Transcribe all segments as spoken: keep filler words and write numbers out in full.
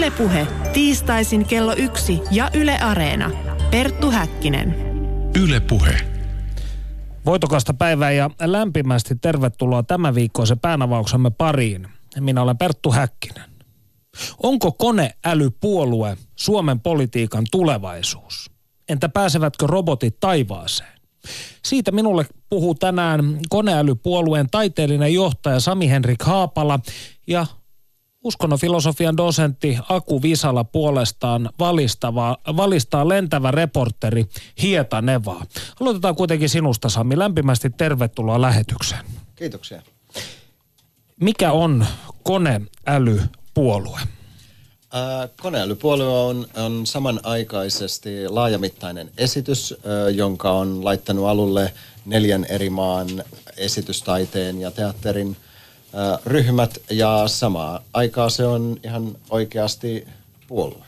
Yle Puhe, tiistaisin kello yksi ja Yle Areena. Perttu Häkkinen. Yle Puhe. Voitokasta päivää ja lämpimästi tervetuloa tämän viikkoisen päänavauksemme pariin. Minä olen Perttu Häkkinen. Onko koneälypuolue Suomen politiikan tulevaisuus? Entä pääsevätkö robotit taivaaseen? Siitä minulle puhuu tänään koneälypuolueen taiteellinen johtaja Sami-Henrik Haapala ja uskonnonfilosofian dosentti Aku Visala puolestaan valistava, valistaa lentävä reporteri Hieta Nevaa. Aloitetaan kuitenkin sinusta, Sami. Lämpimästi tervetuloa lähetykseen. Kiitoksia. Mikä on koneälypuolue? Äh, koneälypuolue on, on samanaikaisesti laajamittainen esitys, äh, jonka on laittanut alulle neljän eri maan esitystaiteen ja teatterin äh, ryhmät, ja samaan aikaan se on ihan oikeasti puolue.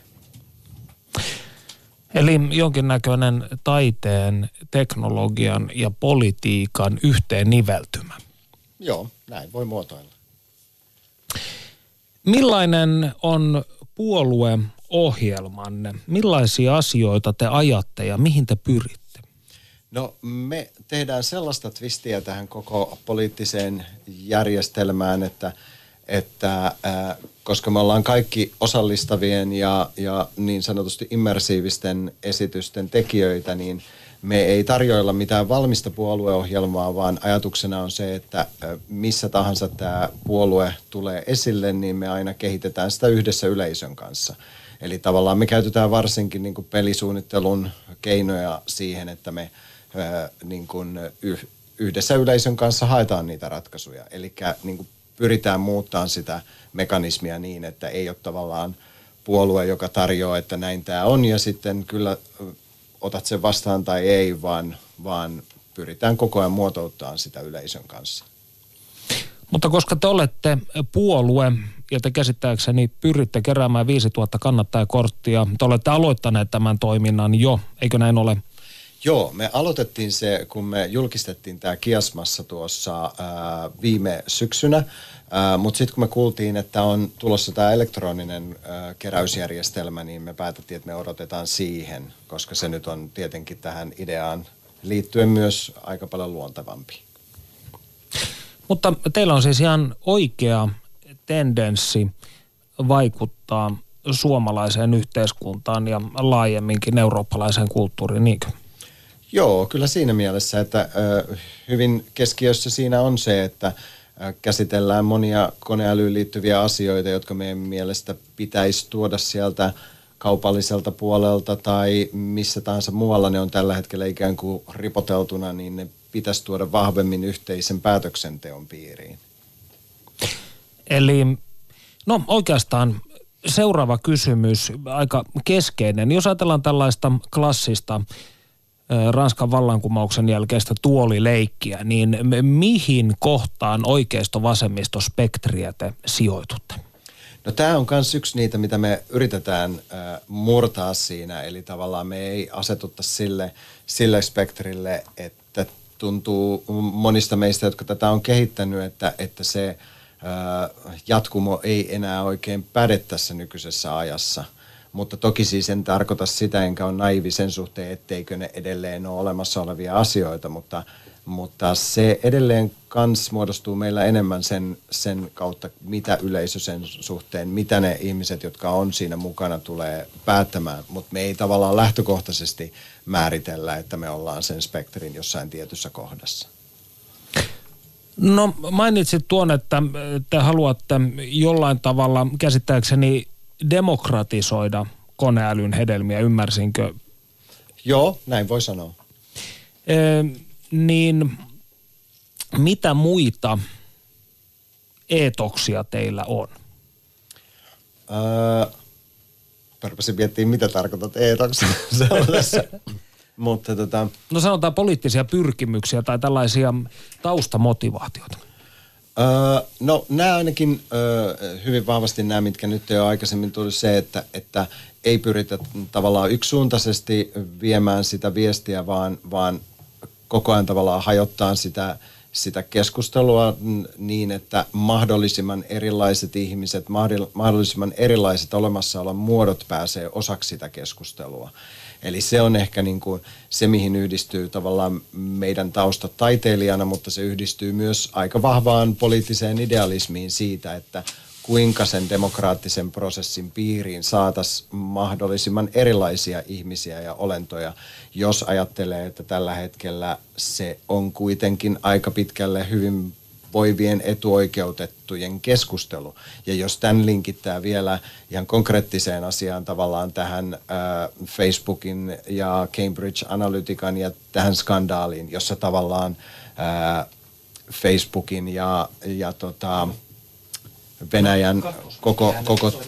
Eli jonkinnäköinen taiteen, teknologian ja politiikan yhteen niveltymä. Joo, näin voi muotoilla. Millainen on puolueohjelmanne? Millaisia asioita te ajatte ja mihin te pyritte? No, me tehdään sellaista twistiä tähän koko poliittiseen järjestelmään, että, että äh, koska me ollaan kaikki osallistavien ja, ja niin sanotusti immersiivisten esitysten tekijöitä, niin me ei tarjoilla mitään valmista puolueohjelmaa, vaan ajatuksena on se, että missä tahansa tämä puolue tulee esille, niin me aina kehitetään sitä yhdessä yleisön kanssa. Eli tavallaan me käytetään varsinkin niin kuin pelisuunnittelun keinoja siihen, että me niin kuin yhdessä yleisön kanssa haetaan niitä ratkaisuja. Eli niin kuin pyritään muuttamaan sitä mekanismia niin, että ei ole tavallaan puolue, joka tarjoaa, että näin tämä on, ja sitten kyllä otat sen vastaan tai ei, vaan, vaan pyritään koko ajan muotouttamaan sitä yleisön kanssa. Mutta koska te olette puolue ja te käsittääkseni pyritte keräämään viisituhatta kannattajakorttia, te olette aloittaneet tämän toiminnan jo, eikö näin ole? Joo, me aloitettiin se, kun me julkistettiin tämä Kiasmassa tuossa ää, viime syksynä, mutta sitten kun me kuultiin, että on tulossa tämä elektroninen ää, keräysjärjestelmä, niin me päätettiin, että me odotetaan siihen, koska se nyt on tietenkin tähän ideaan liittyen myös aika paljon luontevampi. Mutta teillä on siis ihan oikea tendenssi vaikuttaa suomalaiseen yhteiskuntaan ja laajemminkin eurooppalaiseen kulttuuriin, niinkö? Joo, kyllä siinä mielessä, että ö, hyvin keskiössä siinä on se, että ö, käsitellään monia koneälyyn liittyviä asioita, jotka meidän mielestä pitäisi tuoda sieltä kaupalliselta puolelta tai missä tahansa muualla ne on tällä hetkellä ikään kuin ripoteltuna, niin ne pitäisi tuoda vahvemmin yhteisen päätöksenteon piiriin. Eli no oikeastaan seuraava kysymys, aika keskeinen. Jos ajatellaan tällaista klassista Ranskan vallankumouksen jälkeistä tuolileikkiä, niin mihin kohtaan oikeisto-vasemmisto-spektriä te sijoitutte? No tämä on myös yksi niitä, mitä me yritetään äh, murtaa siinä, eli tavallaan me ei asetutta sille, sille spektrille, että tuntuu monista meistä, jotka tätä on kehittänyt, että, että se äh, jatkumo ei enää oikein päde tässä nykyisessä ajassa. Mutta toki siis en tarkoita sitä, enkä ole naivi sen suhteen, etteikö ne edelleen ole olemassa olevia asioita, mutta, mutta se edelleen kans muodostuu meillä enemmän sen, sen kautta, mitä yleisö sen suhteen, mitä ne ihmiset, jotka on siinä mukana, tulee päättämään. Mutta me ei tavallaan lähtökohtaisesti määritellä, että me ollaan sen spektrin jossain tietyssä kohdassa. No mainitsit tuon, että te haluatte jollain tavalla käsittääkseni demokratisoida koneälyn hedelmiä, ymmärsinkö? Joo, näin voi sanoa. E, niin mitä muita eetoksia teillä on? Öö, Pärpäsin miettiä, mitä tarkoitat eetoksia. Mutta tota... No sanotaan poliittisia pyrkimyksiä tai tällaisia taustamotivaatioita. Öö, no nämä ainakin öö, hyvin vahvasti nämä, mitkä nyt jo aikaisemmin tuli se, että, että ei pyritä tavallaan yksisuuntaisesti viemään sitä viestiä, vaan, vaan koko ajan tavallaan hajottaa sitä sitä keskustelua niin, että mahdollisimman erilaiset ihmiset, mahdollisimman erilaiset olemassaolon muodot pääsee osaksi sitä keskustelua. Eli se on ehkä niin kuin se, mihin yhdistyy tavallaan meidän tausta taiteilijana, mutta se yhdistyy myös aika vahvaan poliittiseen idealismiin siitä, että kuinka sen demokraattisen prosessin piiriin saataisiin mahdollisimman erilaisia ihmisiä ja olentoja, jos ajattelee, että tällä hetkellä se on kuitenkin aika pitkälle hyvin voivien etuoikeutettujen keskustelu. Ja jos tämän linkittää vielä ihan konkreettiseen asiaan tavallaan tähän äh, Facebookin ja Cambridge Analytican ja tähän skandaaliin, jossa tavallaan äh, Facebookin ja, ja tota, Venäjän koko, koko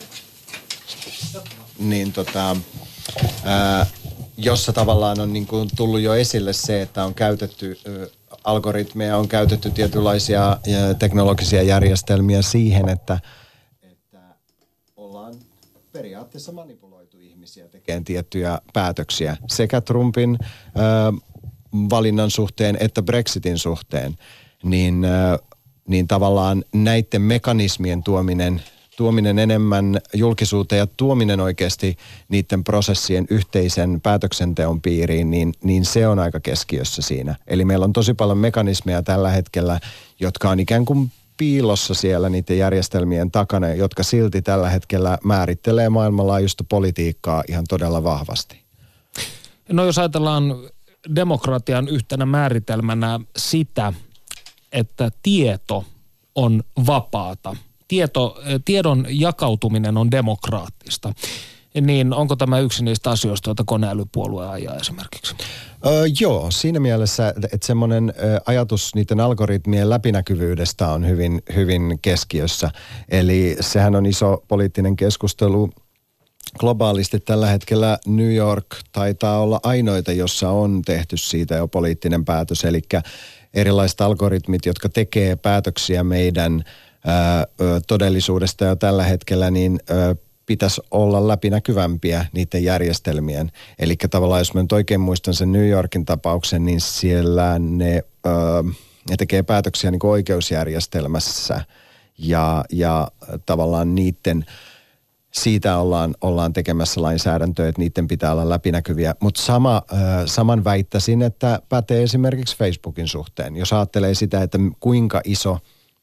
niin tota, ää, jossa tavallaan on niin kuin tullut jo esille se, että on käytetty ö, algoritmeja, on käytetty tietynlaisia ö, teknologisia järjestelmiä siihen, että, että ollaan periaatteessa manipuloitu ihmisiä tekemään tiettyjä päätöksiä sekä Trumpin ö, valinnan suhteen että Brexitin suhteen, niin ö, niin tavallaan näiden mekanismien tuominen, tuominen enemmän julkisuuteen ja tuominen oikeasti niiden prosessien yhteisen päätöksenteon piiriin, niin, niin se on aika keskiössä siinä. Eli meillä on tosi paljon mekanismeja tällä hetkellä, jotka on ikään kuin piilossa siellä niiden järjestelmien takana, jotka silti tällä hetkellä määrittelee maailmanlaajuista politiikkaa ihan todella vahvasti. No jos ajatellaan demokratian yhtenä määritelmänä sitä, että tieto on vapaata, tieto, tiedon jakautuminen on demokraattista, niin onko tämä yksi niistä asioista, joita koneälypuolue ajaa esimerkiksi? Öö, joo, siinä mielessä, että semmoinen ö, ajatus niiden algoritmien läpinäkyvyydestä on hyvin, hyvin keskiössä. Eli sehän on iso poliittinen keskustelu globaalisti tällä hetkellä. New York taitaa olla ainoita, jossa on tehty siitä jo poliittinen päätös, eli erilaiset algoritmit, jotka tekee päätöksiä meidän ää, todellisuudesta jo tällä hetkellä, niin ää, pitäisi olla läpinäkyvämpiä niiden järjestelmien. Eli tavallaan, jos mä nyt oikein muistan sen New Yorkin tapauksen, niin siellä ne, ää, ne tekee päätöksiä niin kuin oikeusjärjestelmässä ja, ja tavallaan niiden siitä ollaan, ollaan tekemässä lainsäädäntöä, että niiden pitää olla läpinäkyviä. Mutta sama, äh, saman väittäisin, että pätee esimerkiksi Facebookin suhteen. Jos ajattelee sitä, että kuinka iso,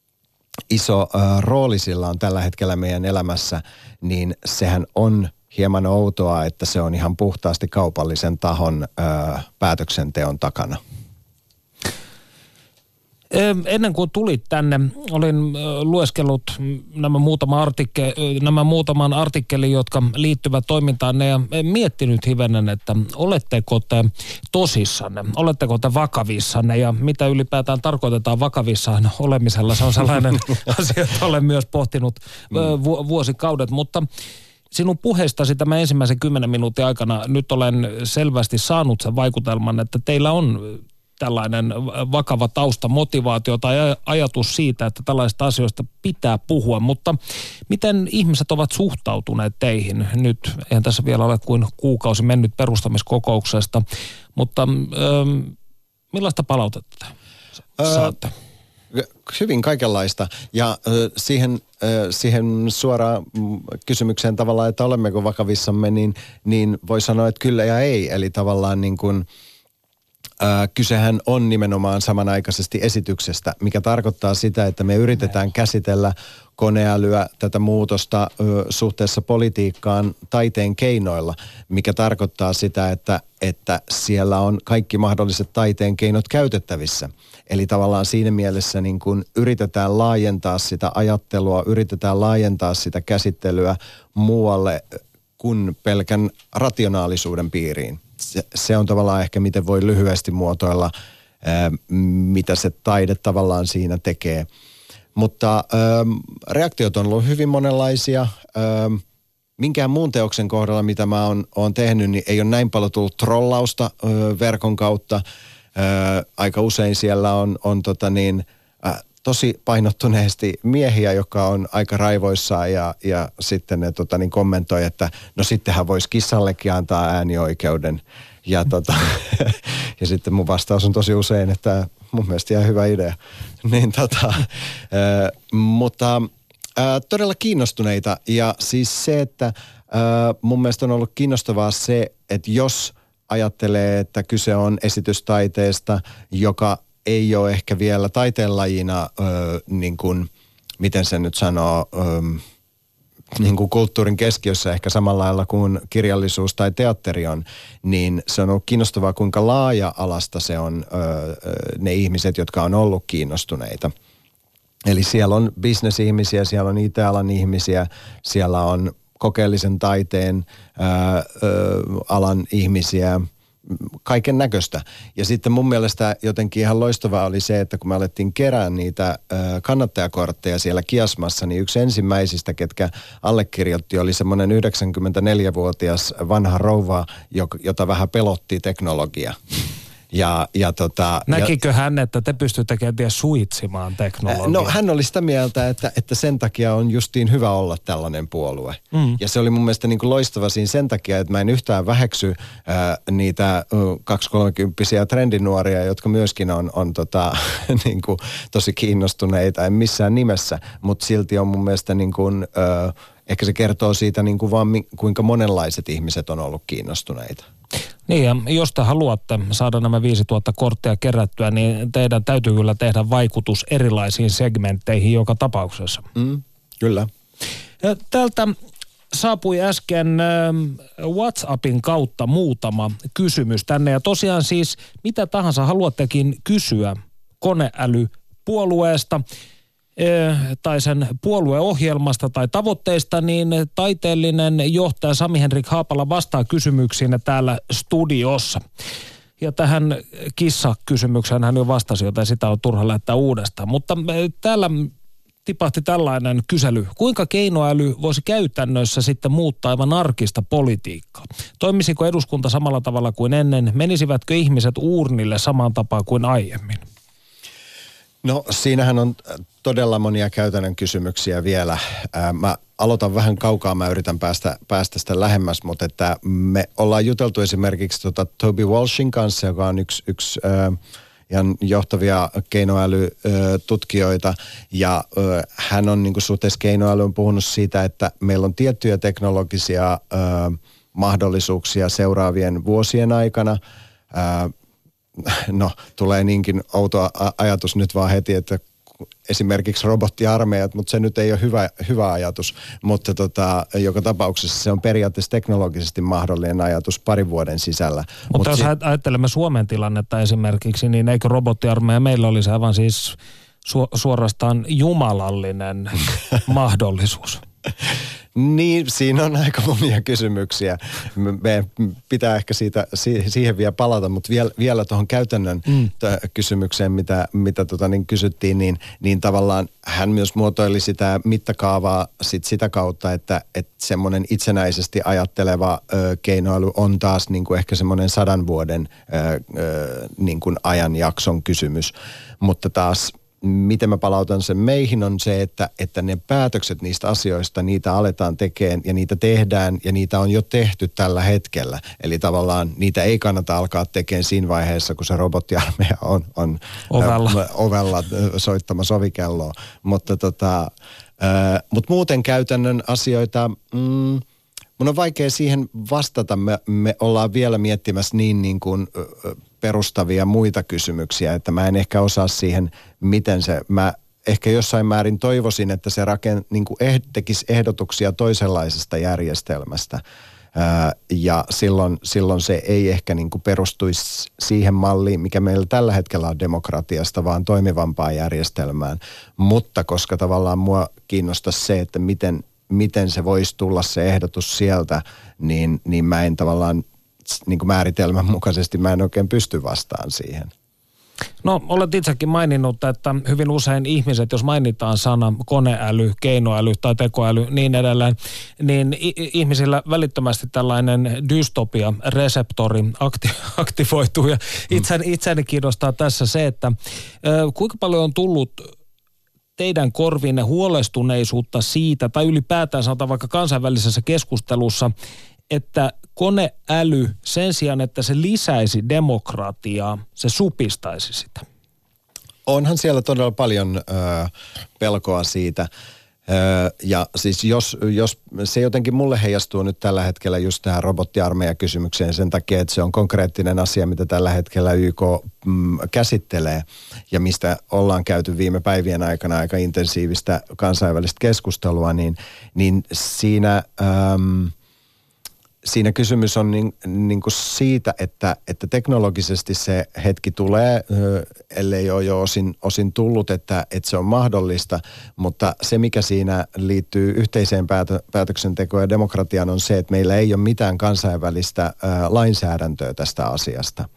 iso äh, rooli sillä on tällä hetkellä meidän elämässä, niin sehän on hieman outoa, että se on ihan puhtaasti kaupallisen tahon äh, päätöksenteon takana. Ennen kuin tulit tänne, olin lueskellut nämä, muutama artikke, nämä muutaman artikkelin, jotka liittyvät toimintaan ja miettinyt hivenen, että oletteko te tosissanne, oletteko te vakavissanne ja mitä ylipäätään tarkoitetaan vakavissaan olemisella. Se on sellainen asia, että olen myös pohtinut vu- vuosikaudet, mutta sinun puheestasi tämän ensimmäisen kymmenen minuutin aikana nyt olen selvästi saanut sen vaikutelman, että teillä on tällainen vakava tausta, motivaatio tai ajatus siitä, että tällaisista asioista pitää puhua, mutta miten ihmiset ovat suhtautuneet teihin? Nyt eihän tässä vielä ole kuin kuukausi mennyt perustamiskokouksesta, mutta ähm, millaista palautetta saatte? Öö, hyvin kaikenlaista ja äh, siihen, äh, siihen suoraan kysymykseen tavallaan, että olemmeko vakavissamme, niin, niin voi sanoa, että kyllä ja ei, eli tavallaan niin kuin Äh, kysehän on nimenomaan samanaikaisesti esityksestä, mikä tarkoittaa sitä, että me yritetään käsitellä koneälyä, tätä muutosta ö, suhteessa politiikkaan taiteen keinoilla, mikä tarkoittaa sitä, että, että siellä on kaikki mahdolliset taiteen keinot käytettävissä. Eli tavallaan siinä mielessä niin kun yritetään laajentaa sitä ajattelua, yritetään laajentaa sitä käsittelyä muualle kuin pelkän rationaalisuuden piiriin. Se, se on tavallaan ehkä, miten voi lyhyesti muotoilla, ää, mitä se taide tavallaan siinä tekee. Mutta ää, reaktiot on ollut hyvin monenlaisia. Ää, minkään muun teoksen kohdalla, mitä mä oon, oon tehnyt, niin ei ole näin paljon tullut trollausta ää, verkon kautta. Ää, aika usein siellä on, on tota niin, ää, tosi painottuneesti miehiä, joka on aika raivoissaan ja, ja sitten ne tota, niin kommentoi, että no sittenhän voisi kissallekin antaa äänioikeuden. Ja, tota, ja sitten mun vastaus on tosi usein, että mun mielestä ihan hyvä idea. Niin tota, äh, mutta äh, todella kiinnostuneita ja siis se, että äh, mun mielestä on ollut kiinnostavaa se, että jos ajattelee, että kyse on esitystaiteesta, joka ei ole ehkä vielä taiteenlajina äh, niin kuin, miten se nyt sanoo, äh, niin kuin kulttuurin keskiössä ehkä samalla lailla kuin kirjallisuus tai teatteri on, niin se on ollut kiinnostavaa, kuinka laaja-alasta se on öö, ne ihmiset, jotka on ollut kiinnostuneita. Eli siellä on bisnesihmisiä, siellä on I T-alan ihmisiä, siellä on kokeellisen taiteen öö, öö, alan ihmisiä, kaiken näköistä. Ja sitten mun mielestä jotenkin ihan loistavaa oli se, että kun me alettiin kerää niitä ö, kannattajakortteja siellä Kiasmassa, niin yksi ensimmäisistä, ketkä allekirjoitti, oli semmoinen yhdeksänkymmentäneljävuotias vanha rouva, jota vähän pelotti teknologia. Ja, ja tota, Näkikö ja, hän, että te pystytte kenties suitsimaan teknologiaa? No hän oli sitä mieltä, että, että sen takia on justiin hyvä olla tällainen puolue. Mm. Ja se oli mun mielestä niin kuin loistava siinä sen takia, että mä en yhtään väheksy äh, niitä kaksi-kolmekymppisiä trendinuoria, jotka myöskin on, on tota, niin kuin tosi kiinnostuneita, en missään nimessä. Mutta silti on mun mielestä niin kuin, äh, ehkä se kertoo siitä niin kuin vaan kuinka monenlaiset ihmiset on ollut kiinnostuneita. Niin ja jos te haluatte saada nämä viisituhatta korttia kerättyä, niin teidän täytyy kyllä tehdä vaikutus erilaisiin segmentteihin joka tapauksessa. Mm, kyllä. Ja täältä saapui äsken WhatsAppin kautta muutama kysymys tänne. Ja tosiaan siis mitä tahansa haluattekin kysyä koneälypuolueesta tai sen puolueohjelmasta tai tavoitteista, niin taiteellinen johtaja Sami-Henrik Haapala vastaa kysymyksiin täällä studiossa. Ja tähän kissakysymykseen hän jo vastasi, joten sitä on turha lähettää uudestaan. Mutta täällä tipahti tällainen kysely. Kuinka keinoäly voisi käytännössä sitten muuttaa aivan arkista politiikkaa? Toimisiko eduskunta samalla tavalla kuin ennen? Menisivätkö ihmiset uurnille samaan tapaan kuin aiemmin? No siinähän on todella monia käytännön kysymyksiä vielä. Mä aloitan vähän kaukaa, mä yritän päästä, päästä sitä lähemmäs, mutta että me ollaan juteltu esimerkiksi tota Toby Walshin kanssa, joka on yksi, yksi äh, ihan johtavia keinoälytutkijoita ja äh, hän on niin kuin suhteessa keinoälyyn puhunut siitä, että meillä on tiettyjä teknologisia äh, mahdollisuuksia seuraavien vuosien aikana. Äh, No, tulee niinkin outo ajatus nyt vaan heti, että esimerkiksi robottiarmeijat, mutta se nyt ei ole hyvä, hyvä ajatus. Mutta tota, joka tapauksessa se on periaatteessa teknologisesti mahdollinen ajatus parin vuoden sisällä. Mutta Mut jos si- ajattelemme Suomen tilannetta esimerkiksi, niin eikö robottiarmeija meillä olisi aivan siis su- suorastaan jumalallinen mahdollisuus? Niin, siinä on aika monia kysymyksiä. Me pitää ehkä siitä, siihen vielä palata, mutta vielä, vielä tuohon käytännön mm. kysymykseen, mitä, mitä tota niin kysyttiin, niin, niin tavallaan hän myös muotoili sitä mittakaavaa sit sitä kautta, että, että semmoinen itsenäisesti ajatteleva ö, keinoäly on taas niin kuin ehkä semmoinen sadan vuoden ö, ö, niin kuin ajanjakson kysymys, mutta taas miten mä palautan sen meihin on se, että, että ne päätökset niistä asioista, niitä aletaan tekemään ja niitä tehdään ja niitä on jo tehty tällä hetkellä. Eli tavallaan niitä ei kannata alkaa tekemään siinä vaiheessa, kun se robottiarmeija on, on ovella. Ö, ovella soittamassa ovikelloa. Mutta tota, ö, mut muuten käytännön asioita, mm, mun on vaikea siihen vastata. Me, me ollaan vielä miettimässä niin, niin kuin ö, perustavia muita kysymyksiä, että mä en ehkä osaa siihen, miten se, mä ehkä jossain määrin toivoisin, että se raken, niin kuin eh, tekisi ehdotuksia toisenlaisesta järjestelmästä. Ää, ja silloin, silloin se ei ehkä niin kuin perustuisi siihen malliin, mikä meillä tällä hetkellä on demokratiasta, vaan toimivampaan järjestelmään. Mutta koska tavallaan mua kiinnostaisi se, että miten, miten se voisi tulla se ehdotus sieltä, niin, niin mä en tavallaan niin kuin määritelmän mukaisesti mä en oikein pysty vastaan siihen. No, olet itsekin maininnut, että hyvin usein ihmiset, jos mainitaan sana koneäly, keinoäly tai tekoäly, niin edelleen, niin ihmisillä välittömästi tällainen dystopia-reseptori akti- aktivoituu. Ja itseäni, itseäni kiinnostaa tässä se, että ö, kuinka paljon on tullut teidän korviinne huolestuneisuutta siitä, tai ylipäätään sanotaan vaikka kansainvälisessä keskustelussa, että koneäly sen sijaan, että se lisäisi demokratiaa, se supistaisi sitä? Onhan siellä todella paljon ö, pelkoa siitä. Ö, ja siis jos, jos se jotenkin mulle heijastuu nyt tällä hetkellä just tähän robottiarmeijakysymykseen sen takia, että se on konkreettinen asia, mitä tällä hetkellä Y K mm, käsittelee ja mistä ollaan käyty viime päivien aikana aika intensiivistä kansainvälistä keskustelua, niin, niin siinä... Äm, Siinä kysymys on niin, niin kuin siitä, että, että teknologisesti se hetki tulee, ellei ole jo osin, osin tullut, että, että se on mahdollista, mutta se mikä siinä liittyy yhteiseen päätö, päätöksentekoon ja demokratiaan on se, että meillä ei ole mitään kansainvälistä ää, lainsäädäntöä tästä asiasta.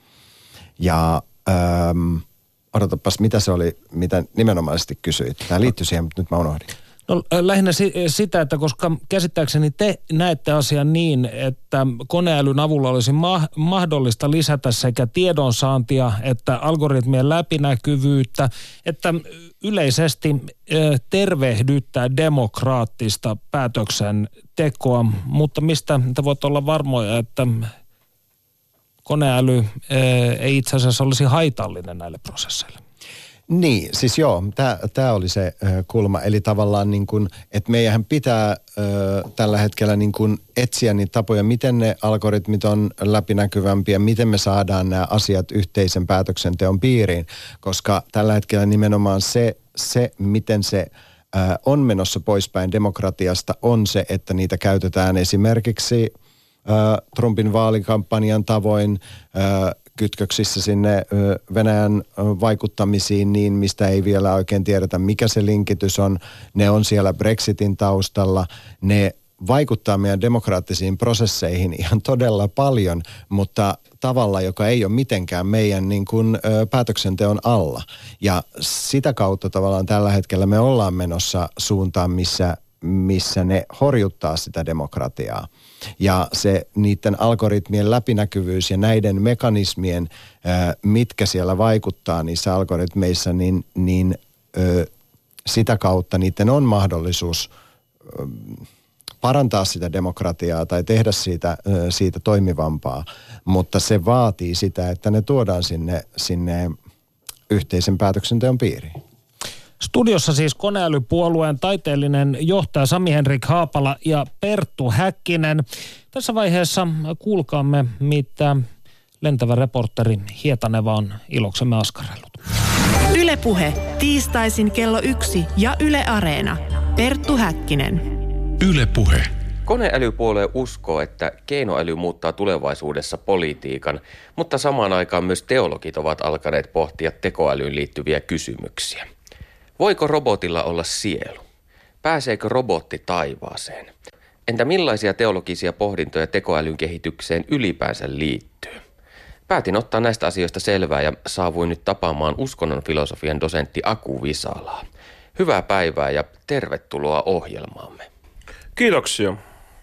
Ja ähm, odotapas, mitä se oli, mitä nimenomaisesti kysyit. Tämä liittyy siihen, mutta nyt mä unohdin. No lähinnä si- sitä, että koska käsittääkseni te näette asian niin, että koneälyn avulla olisi ma- mahdollista lisätä sekä tiedonsaantia että algoritmien läpinäkyvyyttä, että yleisesti äh, tervehdyttää demokraattista päätöksentekoa, mutta mistä te voitte olla varmoja, että koneäly äh, ei itse asiassa olisi haitallinen näille prosesseille? Niin, siis joo, tämä oli se ö, kulma. Eli tavallaan niin kuin, että meidän pitää ö, tällä hetkellä niin kuin etsiä niitä tapoja, miten ne algoritmit on läpinäkyvämpiä, miten me saadaan nämä asiat yhteisen päätöksenteon piiriin. Koska tällä hetkellä nimenomaan se, se miten se ö, on menossa poispäin demokratiasta, on se, että niitä käytetään esimerkiksi ö, Trumpin vaalikampanjan tavoin ö, kytköksissä sinne Venäjän vaikuttamisiin niin, mistä ei vielä oikein tiedetä, mikä se linkitys on. Ne on siellä Brexitin taustalla. Ne vaikuttaa meidän demokraattisiin prosesseihin ihan todella paljon, mutta tavalla, joka ei ole mitenkään meidän niin kuin, ö, päätöksenteon alla. Ja sitä kautta tavallaan tällä hetkellä me ollaan menossa suuntaan, missä, missä ne horjuttaa sitä demokratiaa. Ja se niiden algoritmien läpinäkyvyys ja näiden mekanismien, ää, mitkä siellä vaikuttaa niissä algoritmeissa, niin, niin ö, sitä kautta niiden on mahdollisuus ö, parantaa sitä demokratiaa tai tehdä siitä, ö, siitä toimivampaa. Mutta se vaatii sitä, että ne tuodaan sinne, sinne yhteisen päätöksenteon piiriin. Studiossa siis koneälypuolueen taiteellinen johtaja Sami-Henrik Haapala ja Perttu Häkkinen. Tässä vaiheessa kuulkaamme, mitä lentävä reporteri Hietaneva on iloksemme askarellut. Yle Puhe, tiistaisin kello yksi ja Yle Areena. Perttu Häkkinen. Yle Puhe. Koneälypuolue uskoo, että keinoäly muuttaa tulevaisuudessa politiikan, mutta samaan aikaan myös teologit ovat alkaneet pohtia tekoälyyn liittyviä kysymyksiä. Voiko robotilla olla sielu? Pääseekö robotti taivaaseen? Entä millaisia teologisia pohdintoja tekoälyn kehitykseen ylipäänsä liittyy? Päätin ottaa näistä asioista selvää ja saavuin nyt tapaamaan uskonnon filosofian dosentti Aku Visalaa. Hyvää päivää ja tervetuloa ohjelmaamme. Kiitoksia.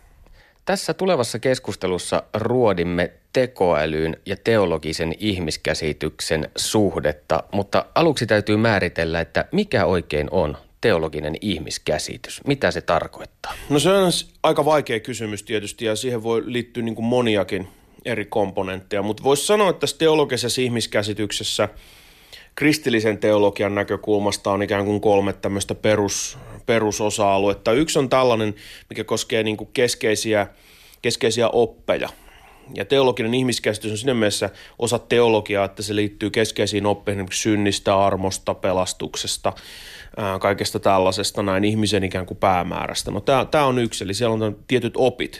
Tässä tulevassa keskustelussa ruodimme tekoälyyn ja teologisen ihmiskäsityksen suhdetta, mutta aluksi täytyy määritellä, että mikä oikein on teologinen ihmiskäsitys? Mitä se tarkoittaa? No se on aika vaikea kysymys tietysti ja siihen voi liittyä niin kuin moniakin eri komponentteja, mutta voisi sanoa, että tässä teologisessa ihmiskäsityksessä kristillisen teologian näkökulmasta on ikään kuin kolme tämmöistä perus, perusosa-aluetta. Yksi on tällainen, mikä koskee niin kuin keskeisiä, keskeisiä oppeja. Ja teologinen ihmiskäsitys on siinä mielessä osa teologiaa, että se liittyy keskeisiin oppeihin, esimerkiksi synnistä, armosta, pelastuksesta, ää, kaikesta tällaisesta näin ihmisen ikään kuin päämäärästä. No tämä on yksi, eli siellä on tietyt opit.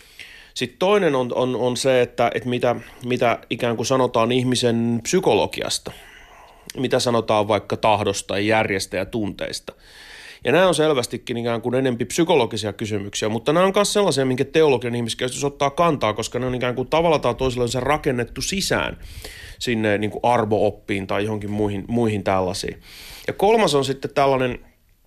Sitten toinen on, on, on se, että, että mitä, mitä ikään kuin sanotaan ihmisen psykologiasta. Mitä sanotaan vaikka tahdosta, järjestä ja tunteista. Ja nämä on selvästikin ikään kuin enempi psykologisia kysymyksiä, mutta nämä on myös sellaisia, minkä teologinen ihmiskäsitys ottaa kantaa, koska ne on ikään kuin tavalla tai toisella rakennettu sisään sinne niin kuin arvo-oppiin tai johonkin muihin, muihin tällaisiin. Ja kolmas on sitten tällainen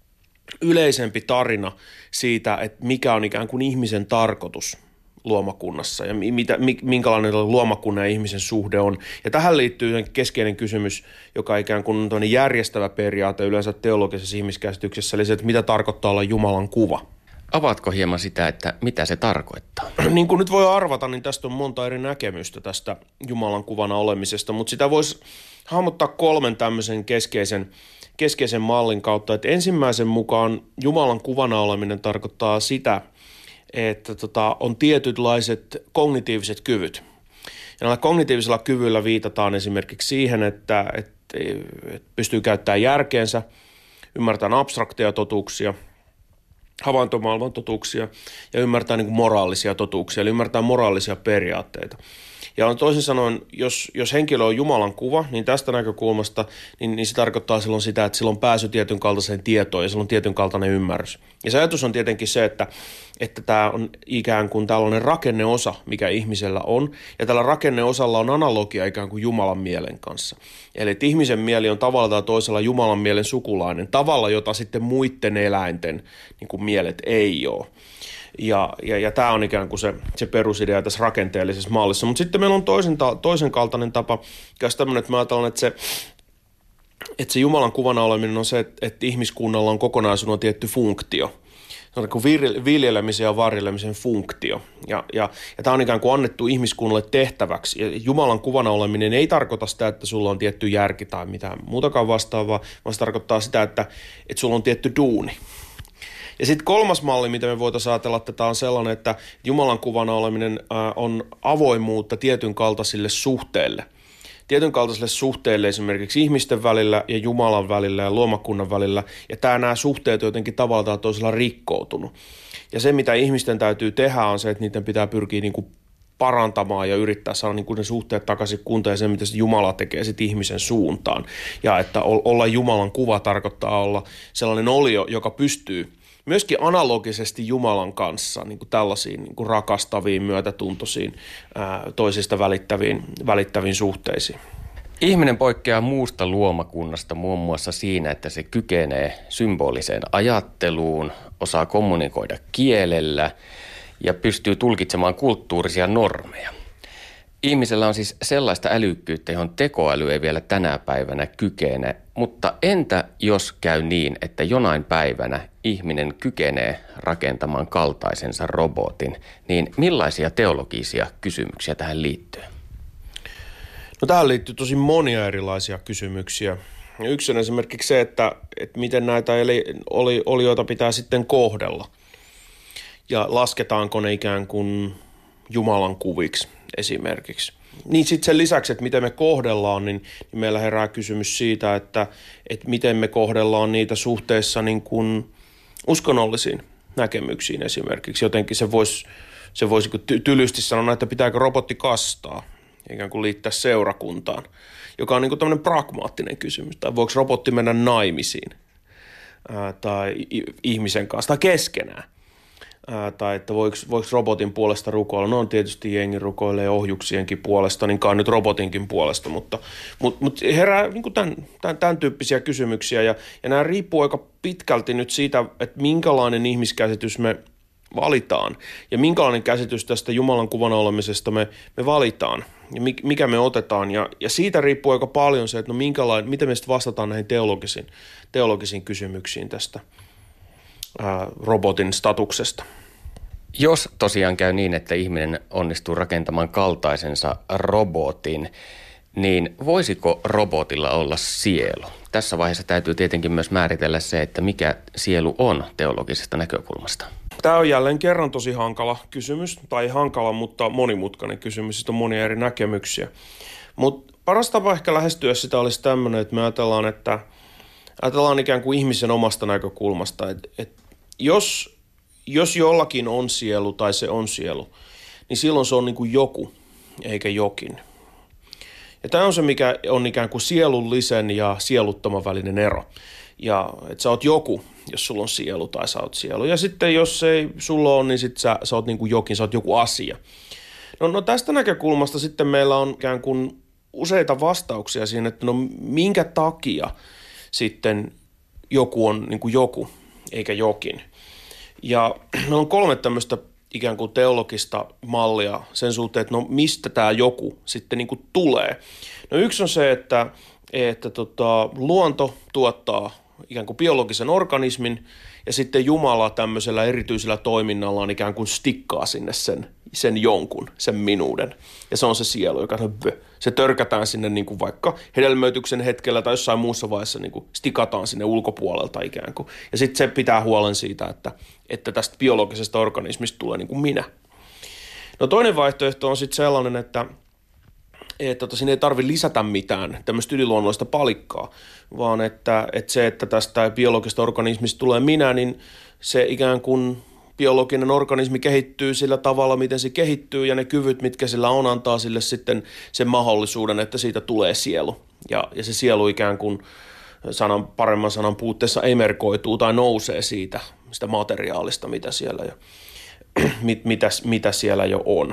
yleisempi tarina siitä, että mikä on ikään kuin ihmisen tarkoitus luomakunnassa ja mitä, minkälainen luomakunnan ja ihmisen suhde on. Ja tähän liittyy keskeinen kysymys, joka ikään kuin on järjestävä periaate yleensä teologisessa ihmiskäsityksessä, eli se, että mitä tarkoittaa olla Jumalan kuva. Avaatko hieman sitä, että mitä se tarkoittaa? Niin kuin nyt voi arvata, niin tästä on monta eri näkemystä tästä Jumalan kuvana olemisesta, mutta sitä voisi hahmottaa kolmen tämmöisen keskeisen, keskeisen mallin kautta. Että ensimmäisen mukaan Jumalan kuvana oleminen tarkoittaa sitä, että tota, on tietynlaiset kognitiiviset kyvyt. Ja näillä kognitiivisilla kyvyillä viitataan esimerkiksi siihen, että, että, että pystyy käyttämään järkeensä, ymmärtää abstrakteja totuuksia, havaintomaailman totuuksia ja ymmärtää niin kuin moraalisia totuuksia, eli ymmärtää moraalisia periaatteita. Ja on toisin sanoen, jos, jos henkilö on Jumalan kuva, niin tästä näkökulmasta, niin, niin se tarkoittaa silloin sitä, että sillä on pääsy tietyn kaltaiseen tietoon ja sillä on tietyn kaltainen ymmärrys. Ja se ajatus on tietenkin se, että, että tämä on ikään kuin tällainen rakenneosa, mikä ihmisellä on, ja tällä rakenneosalla on analogia ikään kuin Jumalan mielen kanssa. Eli että ihmisen mieli on tavalla tai toisella Jumalan mielen sukulainen, tavalla, jota sitten muiden eläinten niin kuin mielet ei ole. Ja, ja, ja tämä on ikään kuin se, se perusidea tässä rakenteellisessa mallissa. Mutta sitten meillä on toisen, toisen kaltainen tapa, jos tämmöinen, että mä ajattelen, että se, että se Jumalan kuvana oleminen on se, että, että ihmiskunnalla on kokonaisuudella tietty funktio. Se on kuin viljelemisen ja varjelemisen funktio. Ja, ja, ja tämä on ikään kuin annettu ihmiskunnalle tehtäväksi. Ja Jumalan kuvana oleminen ei tarkoita sitä, että sulla on tietty järki tai mitään muutakaan vastaavaa, vaan se tarkoittaa sitä, että, että sulla on tietty duuni. Ja sitten kolmas malli, mitä me voitaisiin ajatella, että tämä on sellainen, että Jumalan kuvana oleminen on avoimuutta tietyn kaltaisille suhteille. Tietyn kaltaisille suhteille esimerkiksi ihmisten välillä ja Jumalan välillä ja luomakunnan välillä. Ja tämä nämä suhteet jotenkin tavalla tai toisella rikkoutunut. Ja se, mitä ihmisten täytyy tehdä, on se, että niiden pitää pyrkiä niin kuin parantamaan ja yrittää saada niin kuin ne suhteet takaisin kuntoon ja se, mitä Jumala tekee sitten ihmisen suuntaan. Ja että olla Jumalan kuva tarkoittaa olla sellainen olio, joka pystyy myöskin analogisesti Jumalan kanssa niin kuin tällaisiin niin kuin rakastaviin, myötätuntoisiin, ää, toisista välittäviin, välittäviin suhteisiin. Ihminen poikkeaa muusta luomakunnasta muun muassa siinä, että se kykenee symboliseen ajatteluun, osaa kommunikoida kielellä ja pystyy tulkitsemaan kulttuurisia normeja. Ihmisellä on siis sellaista älykkyyttä, johon tekoäly ei vielä tänä päivänä kykene, mutta entä jos käy niin, että jonain päivänä ihminen kykenee rakentamaan kaltaisensa robotin, niin millaisia teologisia kysymyksiä tähän liittyy? No tähän liittyy tosi monia erilaisia kysymyksiä. Yksi on esimerkiksi se, että, että miten näitä olioita pitää sitten kohdella ja lasketaanko ne ikään kuin Jumalan kuviksi esimerkiksi. Niin sitten sen lisäksi, että miten me kohdellaan, niin, niin meillä herää kysymys siitä, että, että miten me kohdellaan niitä suhteessa niin kuin uskonnollisiin näkemyksiin esimerkiksi. Jotenkin se voisi se vois tylysti sanoa, että pitääkö robotti kastaa, ikään kuin liittää seurakuntaan, joka on niin kuin tämmöinen pragmaattinen kysymys. Tai voiko robotti mennä naimisiin ää, tai ihmisen kanssa tai keskenään. Ää, tai että voiko, voiko robotin puolesta rukoilla. No on tietysti jengi rukoilee ohjuksienkin puolesta, niin kai nyt robotinkin puolesta, mutta, mutta, mutta herää niin kuin tämän, tämän, tämän tyyppisiä kysymyksiä. Ja, ja nämä riippuu aika pitkälti nyt siitä, että minkälainen ihmiskäsitys me valitaan ja minkälainen käsitys tästä Jumalan kuvana olemisesta me, me valitaan ja mikä me otetaan. Ja, ja siitä riippuu aika paljon se, että no minkälainen, miten me sitten vastataan näihin teologisiin, teologisiin kysymyksiin tästä ää, robotin statuksesta. Jos tosiaan käy niin, että ihminen onnistuu rakentamaan kaltaisensa robotin, niin voisiko robotilla olla sielu? Tässä vaiheessa täytyy tietenkin myös määritellä se, että mikä sielu on teologisesta näkökulmasta. Tämä on jälleen kerran tosi hankala kysymys, tai hankala, mutta monimutkainen kysymys. Siitä on monia eri näkemyksiä. Mutta paras tapa ehkä lähestyä sitä olisi tämmöinen, että me ajatellaan, että ajatellaan ikään kuin ihmisen omasta näkökulmasta, että, että jos, jos jollakin on sielu tai se on sielu, niin silloin se on niin kuin joku eikä jokin. Ja tämä on se, mikä on ikään kuin sielullisen ja sieluttoman välinen ero. Ja että sä oot joku, jos sulla on sielu tai sä oot sielu. Ja sitten jos ei sulla on, niin sit sä, sä oot niin kuin jokin, sä oot joku asia. No, no tästä näkökulmasta sitten meillä on ikään kuin useita vastauksia siihen, että no minkä takia sitten joku on niin kuin joku eikä jokin. Ja meillä on kolme tämmöistä ikään kuin teologista mallia sen suhteen, että no mistä tämä joku sitten niin kuin tulee. No yksi on se, että, että tota, luonto tuottaa ikään kuin biologisen organismin ja sitten Jumala tämmöisellä erityisellä toiminnallaan ikään kuin stikkaa sinne sen sen jonkun, sen minuuden. Ja se on se sielu, joka on vö. Se törkätään sinne niin kuin vaikka hedelmöityksen hetkellä tai jossain muussa vaiheessa niin kuin stikataan sinne ulkopuolelta ikään kuin. Ja sitten se pitää huolen siitä, että, että tästä biologisesta organismista tulee niin kuin minä. No toinen vaihtoehto on sitten sellainen, että että tota, siinä ei tarvitse lisätä mitään tämmöistä yliluonnollista palikkaa, vaan että, että se, että tästä biologisesta organismista tulee minä, niin se ikään kuin biologinen organismi kehittyy sillä tavalla, miten se kehittyy, ja ne kyvyt, mitkä sillä on, antaa sille sitten sen mahdollisuuden, että siitä tulee sielu. Ja, ja se sielu ikään kuin sanan, paremman sanan puutteessa emerkoituu tai nousee siitä sitä materiaalista, mitä siellä, jo, mit, mitä, mitä siellä jo on.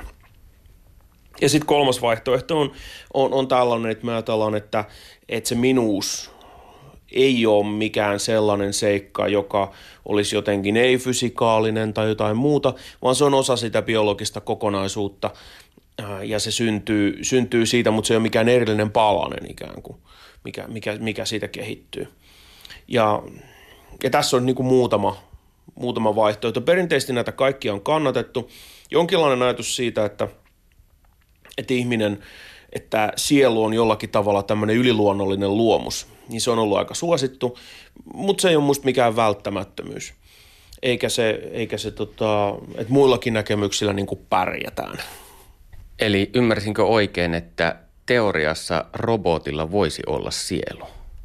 Ja sitten kolmas vaihtoehto on, on, on tällainen, että me ajatellaan, että, että se minuus ei ole mikään sellainen seikka, joka olisi jotenkin ei-fysikaalinen tai jotain muuta, vaan se on osa sitä biologista kokonaisuutta ja se syntyy, syntyy siitä, mutta se ei ole mikään erillinen palanen ikään kuin, mikä, mikä, mikä siitä kehittyy. Ja, ja tässä on niin kuin muutama, muutama vaihtoehto. Perinteisesti näitä kaikkia on kannatettu. Jonkinlainen ajatus siitä, että että ihminen, että sielu on jollakin tavalla tämmöinen yliluonnollinen luomus, niin se on ollut aika suosittu, mutta se ei ole musta mikään välttämättömyys, eikä se, eikä se tota, että muillakin näkemyksillä niin kuin pärjätään. Eli ymmärsinkö oikein, että teoriassa robotilla voisi olla sielu?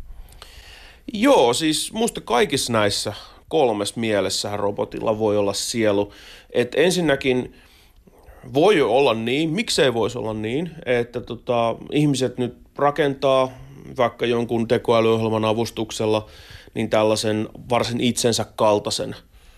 Joo, siis musta kaikissa näissä kolmessa mielessähän robotilla voi olla sielu, että ensinnäkin voi olla niin, miksei voisi olla niin, että tota, ihmiset nyt rakentaa vaikka jonkun tekoälyohjelman avustuksella niin tällaisen varsin itsensä kaltaisen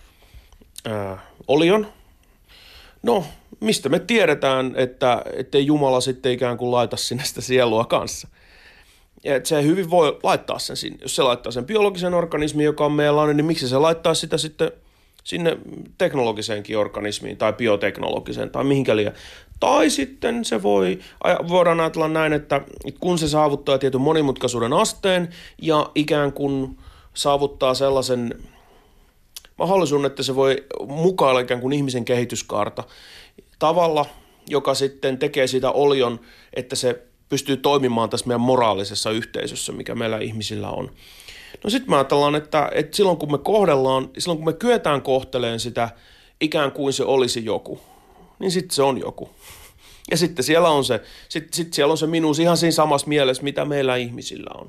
ää, olion. No, mistä me tiedetään, että ettei Jumala sitten ikään kuin laita sinne sitä sielua kanssa. Ja että se hyvin voi laittaa sen sinne. Jos se laittaa sen biologisen organismin, joka on meillä, niin miksi se laittaa sitä sitten sinne teknologiseenkin organismiin tai bioteknologiseen tai mihinkä liian. Tai sitten se voi, voidaan ajatella näin, että kun se saavuttaa tietyn monimutkaisuuden asteen ja ikään kuin saavuttaa sellaisen mahdollisuuden, että se voi mukailla ikään kuin ihmisen kehityskaarta tavalla, joka sitten tekee siitä olion, että se pystyy toimimaan tässä meidän moraalisessa yhteisössä, mikä meillä ihmisillä on. No sitten me ajatellaan, että, että silloin kun me kohdellaan, silloin kun me kyetään kohtelemaan sitä ikään kuin se olisi joku, niin sitten se on joku. Ja sitten siellä on se, sit, sit siellä on se minuus ihan siinä samassa mielessä, mitä meillä ihmisillä on.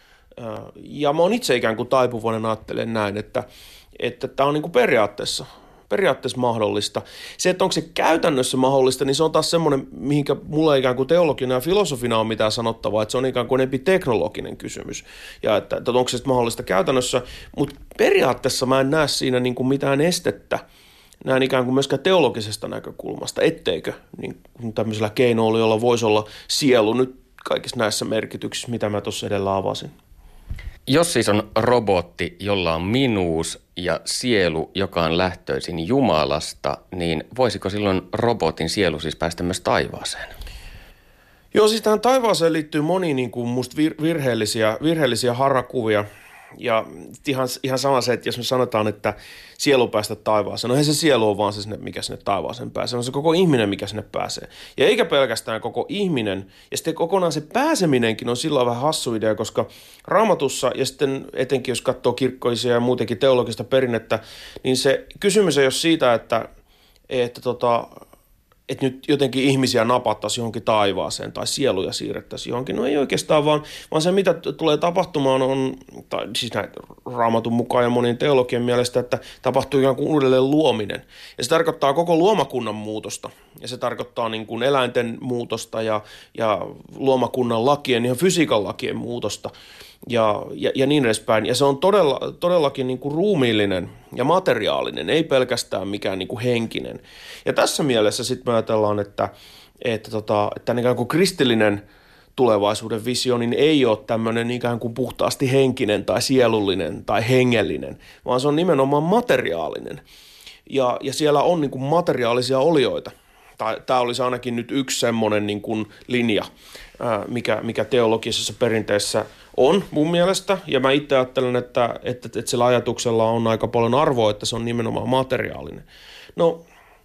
Ja mä oon itse ikään kuin taipuvainen ajattelen näin, että että tämä on niin kuin periaatteessa, periaatteessa mahdollista. Se, että onko se käytännössä mahdollista, niin se on taas semmoinen, mihinkä mulla ikään kuin teologina ja filosofina on mitään sanottavaa, että se on ikään kuin enempi teknologinen kysymys. Ja että, että onko se mahdollista käytännössä, mutta periaatteessa mä en näe siinä niin kuin mitään estettä, näin ikään kuin myöskään teologisesta näkökulmasta, etteikö niin tämmöisellä keinoilla voisi olla sielu nyt kaikissa näissä merkityksissä, mitä mä tuossa edellä avasin. Jos siis on robotti, jolla on minuus ja sielu, joka on lähtöisin Jumalasta, niin voisiko silloin robotin sielu siis päästä myös taivaaseen? Joo, siis tähän taivaaseen liittyy moni niin kuin musta vir- virheellisiä, virheellisiä harhakuvia. Ja ihan, ihan sama se, että jos me sanotaan, että sielu päästä taivaaseen, no eihän se sielu ole vaan se, sinne, mikä sinne taivaaseen pääsee, on se koko ihminen, mikä sinne pääsee. Ja eikä pelkästään koko ihminen, ja sitten kokonaan se pääseminenkin on silloin vähän hassu idea, koska Raamatussa, ja sitten etenkin jos katsoo kirkkoisia ja muutenkin teologista perinnettä, niin se kysymys ei ole siitä, että, että tota, että nyt jotenkin ihmisiä napattaisiin johonkin taivaaseen tai sieluja siirrettäisiin johonkin. No ei oikeastaan, vaan, vaan se mitä tulee tapahtumaan on, tai siis näin Raamatun mukaan ja monien teologien mielestä, että tapahtuu ikään kuin uudelleen luominen. Ja se tarkoittaa koko luomakunnan muutosta. Ja se tarkoittaa niin kuin eläinten muutosta ja, ja luomakunnan lakien, ihan fysiikan lakien muutosta. Ja, ja, ja niin edespäin. Ja se on todella, todellakin niin kuin ruumiillinen ja materiaalinen, ei pelkästään mikään niin kuin henkinen. Ja tässä mielessä sitten me ajatellaan, että, että, tota, että ikään kuin kristillinen tulevaisuuden visio niin ei ole tämmöinen ikään kuin puhtaasti henkinen tai sielullinen tai hengellinen, vaan se on nimenomaan materiaalinen. Ja, ja siellä on niin kuin materiaalisia olioita. Tämä olisi ainakin nyt yksi semmoinen niin kuin linja, mikä, mikä teologisessa perinteessä on mun mielestä. Ja mä itse ajattelen, että, että, että sillä ajatuksella on aika paljon arvoa, että se on nimenomaan materiaalinen. No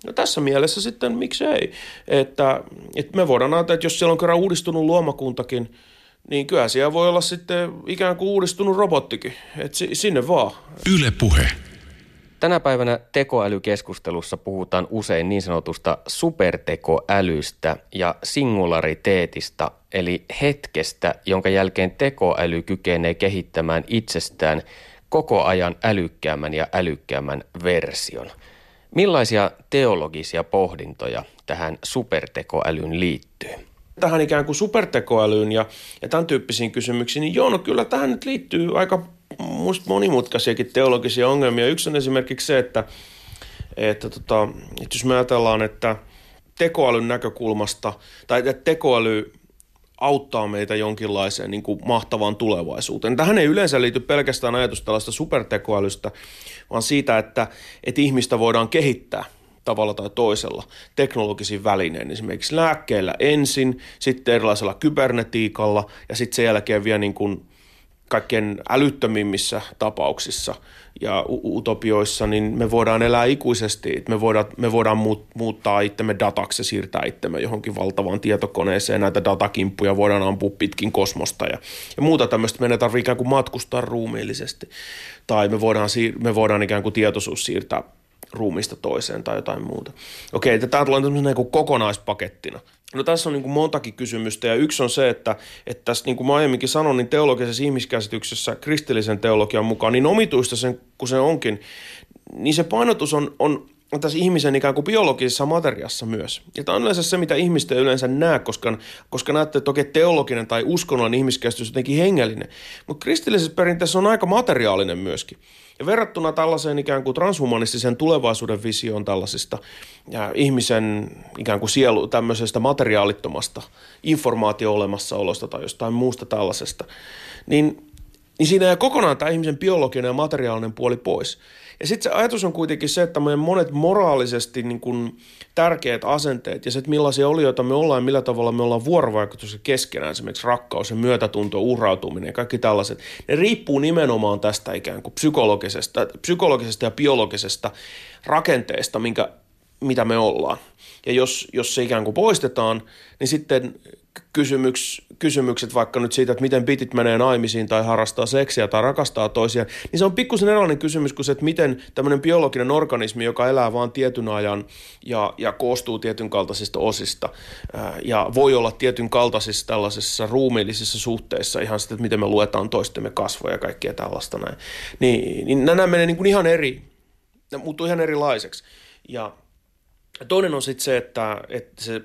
No tässä mielessä sitten miksei, että, että me voidaan ajatella, että jos siellä on kerran uudistunut luomakuntakin, niin kyllä siellä voi olla sitten ikään kuin uudistunut robottikin, että sinne vaan. Yle Puhe. Tänä päivänä tekoälykeskustelussa puhutaan usein niin sanotusta supertekoälystä ja singulariteetista, eli hetkestä, jonka jälkeen tekoäly kykenee kehittämään itsestään koko ajan älykkäämmän ja älykkäämmän version. Millaisia teologisia pohdintoja tähän supertekoälyyn liittyy? Tähän ikään kuin supertekoälyyn ja, ja tämän tyyppisiin kysymyksiin, niin joo, no kyllä tähän nyt liittyy aika monimutkaisiakin teologisia ongelmia. Yksi on esimerkiksi se, että, että, tota, että jos me ajatellaan, että tekoälyn näkökulmasta, tai että tekoäly auttaa meitä jonkinlaiseen niin kuin mahtavaan tulevaisuuteen. Tähän ei yleensä liity pelkästään ajatus tällaista supertekoälystä, vaan siitä, että, että ihmistä voidaan kehittää tavalla tai toisella teknologisin välinein, esimerkiksi lääkkeellä ensin, sitten erilaisella kybernetiikalla ja sitten sen jälkeen vielä niin kuin kaikkein älyttömimmissä tapauksissa ja utopioissa, niin me voidaan elää ikuisesti, me voidaan, me voidaan muuttaa itsemme dataksi ja siirtää itsemme johonkin valtavaan tietokoneeseen, näitä datakimppuja voidaan ampua pitkin kosmosta ja, ja muuta tämmöistä, me ei tarvitse ikään kuin matkustaa ruumiillisesti, tai me voidaan, siir- me voidaan ikään kuin tietoisuus siirtää ruumista toiseen tai jotain muuta. Okei, tämä tulee tämmöisenä niin kuin kokonaispakettina. No tässä on niin kuin montakin kysymystä ja yksi on se, että, että tässä niin kuin mä aiemminkin sanon, niin teologisessa ihmiskäsityksessä kristillisen teologian mukaan, niin omituista sen, kun se onkin, niin se painotus on, on, on tässä ihmisen ikään kuin biologisessa materiassa myös. Ja tämä on yleensä se, mitä ihmiset ei yleensä näe, koska, koska näette, että okei, teologinen tai uskonnollinen ihmiskäsitys on jotenkin hengellinen. Mutta kristillisessä perinteessä on aika materiaalinen myöskin. Ja verrattuna tällaiseen ikään kuin transhumanistiseen tulevaisuuden visioon tällaisista ja ihmisen ikään kuin sielu tämmöisestä materiaalittomasta informaatio-olemassaolosta tai jostain muusta tällaisesta, niin, niin siinä jää kokonaan tämä ihmisen biologinen ja materiaalinen puoli pois. Ja sitten se ajatus on kuitenkin se, että meidän monet moraalisesti niin kuin tärkeät asenteet ja se, että millaisia olioita me ollaan ja millä tavalla me ollaan vuorovaikutuksessa keskenään, esimerkiksi rakkaus ja myötätunto, uhrautuminen ja kaikki tällaiset, ne riippuu nimenomaan tästä ikään kuin psykologisesta, psykologisesta ja biologisesta rakenteesta, minkä, mitä me ollaan. Ja jos, jos se ikään kuin poistetaan, niin sitten kysymyks, kysymykset vaikka nyt siitä, että miten bitit menee naimisiin tai harrastaa seksiä tai rakastaa toisiaan, niin se on pikkusen erilainen kysymys kuin se, että miten tämmöinen biologinen organismi, joka elää vain tietyn ajan ja, ja koostuu tietyn kaltaisista osista ää, ja voi olla tietyn kaltaisissa tällaisissa ruumiillisissa suhteissa ihan sitten, että miten me luetaan toistemme kasvoja ja kaikkea tällaista näin, niin, niin nämä menee niin kuin ihan eri, ne muuttuu ihan erilaiseksi. Ja toinen on sitten se, että, että se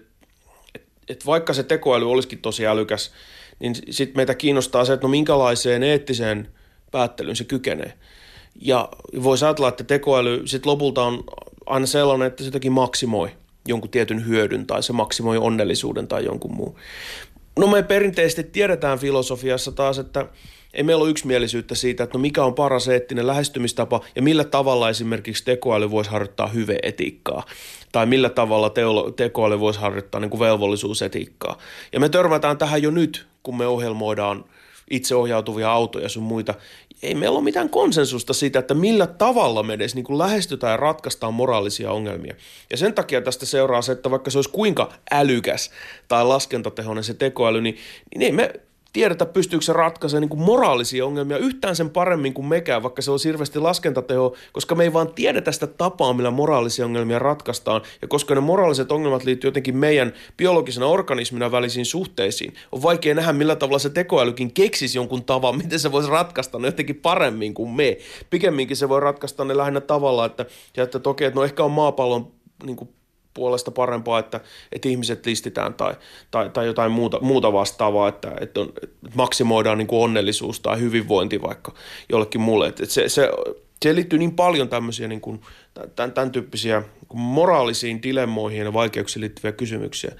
että vaikka se tekoäly olisikin tosi älykäs, niin sitten meitä kiinnostaa se, että no minkälaiseen eettiseen päättelyyn se kykenee. Ja voisi ajatella, että tekoäly sitten lopulta on aina sellainen, että se jotenkin maksimoi jonkun tietyn hyödyn tai se maksimoi onnellisuuden tai jonkun muun. No me perinteisesti tiedetään filosofiassa taas, että ei meillä ole yksimielisyyttä siitä, että no mikä on paras eettinen lähestymistapa ja millä tavalla esimerkiksi tekoäly voisi harjoittaa hyve-etiikkaa tai millä tavalla teolo- tekoäly voisi harjoittaa niin kuin velvollisuusetiikkaa. Ja me törmätään tähän jo nyt, kun me ohjelmoidaan itseohjautuvia autoja sun muita. Ei meillä ole mitään konsensusta siitä, että millä tavalla me edes niin kuin lähestytään ja ratkaistaan moraalisia ongelmia. Ja sen takia tästä seuraa se, että vaikka se olisi kuinka älykäs tai laskentatehoinen se tekoäly, niin, niin ei me tiedetä, pystyykö se ratkaisemaan niin kuin moraalisia ongelmia yhtään sen paremmin kuin mekään, vaikka se on hirveästi laskentateho, koska me ei vaan tiedetä sitä tapaa, millä moraalisia ongelmia ratkaistaan. Ja koska ne moraaliset ongelmat liittyy jotenkin meidän biologisena organismina välisiin suhteisiin, on vaikea nähdä, millä tavalla se tekoälykin keksisi jonkun tavan, miten se voisi ratkaista ne jotenkin paremmin kuin me. Pikemminkin se voi ratkaista ne lähinnä tavalla, että, että, että okei, että no ehkä on maapallon niin kuin puolesta parempaa, että, että ihmiset listitään tai, tai, tai jotain muuta, muuta vastaavaa, että, että, on, että maksimoidaan niin kuin onnellisuus tai hyvinvointi vaikka jollekin muulle. Että se, se, se liittyy niin paljon tämmöisiä niin kuin, tämän, tämän tyyppisiä niin kuin moraalisiin dilemmoihin ja vaikeuksiin liittyviä kysymyksiä,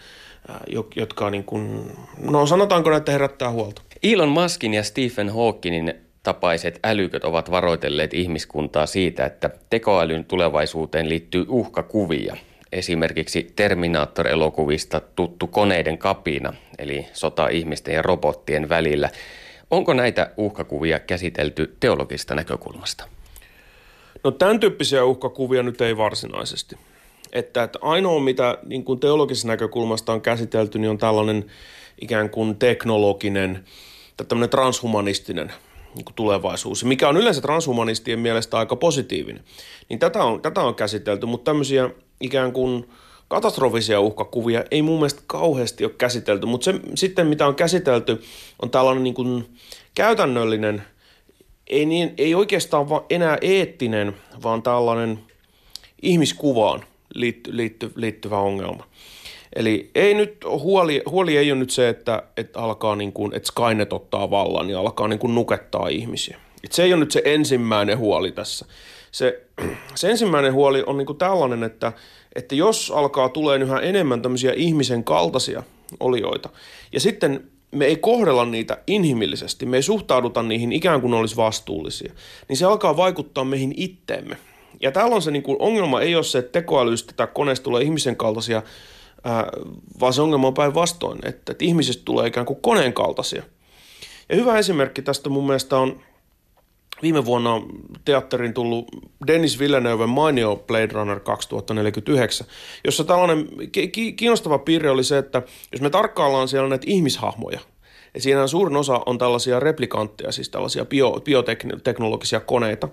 jotka niin kuin, no sanotaanko näitä herättää huolta. Elon Muskin ja Stephen Hawkingin tapaiset älyköt ovat varoitelleet ihmiskuntaa siitä, että tekoälyn tulevaisuuteen liittyy uhkakuvia. Esimerkiksi Terminator-elokuvista tuttu koneiden kapina, eli sota ihmisten ja robottien välillä. Onko näitä uhkakuvia käsitelty teologisesta näkökulmasta? No tämän tyyppisiä uhkakuvia nyt ei varsinaisesti. Että, että ainoa, mitä niin kuin teologisesta näkökulmasta on käsitelty, niin on tällainen ikään kuin teknologinen tai tämmöinen transhumanistinen niin kuin tulevaisuus, mikä on yleensä transhumanistien mielestä aika positiivinen. Niin tätä on, tätä on käsitelty, mutta tämmöisiä ikään kuin katastrofisia uhkakuvia ei mun mielestä kauheasti ole käsitelty, mutta se sitten mitä on käsitelty on tällainen niin kuin käytännöllinen, ei, niin, ei oikeastaan vaan enää eettinen, vaan tällainen ihmiskuvaan liitty, liitty, liittyvä ongelma. Eli ei nyt, huoli, huoli ei ole nyt se, että, että alkaa niin kuin, että Skynet ottaa vallan ja alkaa niin kuin nukettaa ihmisiä. Et se ei ole nyt se ensimmäinen huoli tässä. Se, se ensimmäinen huoli on niin kuin tällainen, että, että jos alkaa tulee yhä enemmän tämmöisiä ihmisen kaltaisia olioita, ja sitten me ei kohdella niitä inhimillisesti, me ei suhtauduta niihin ikään kuin olisi vastuullisia, niin se alkaa vaikuttaa meihin itteemme. Ja täällä on se niin kuin ongelma ei ole se, että tekoälystä tai koneesta tulee ihmisen kaltaisia, ää, vaan se ongelma on päinvastoin, että, että ihmisistä tulee ikään kuin koneen kaltaisia. Ja hyvä esimerkki tästä mun mielestä on viime vuonna teatteriin tullut Denis Villeneuven mainio Blade Runner kaksituhattaneljäkymmentäyhdeksän, jossa tällainen kiinnostava piirre oli se, että jos me tarkkaillaan siellä näitä ihmishahmoja, ja siinä suurin osa on tällaisia replikantteja, siis tällaisia bio, bioteknologisia koneita,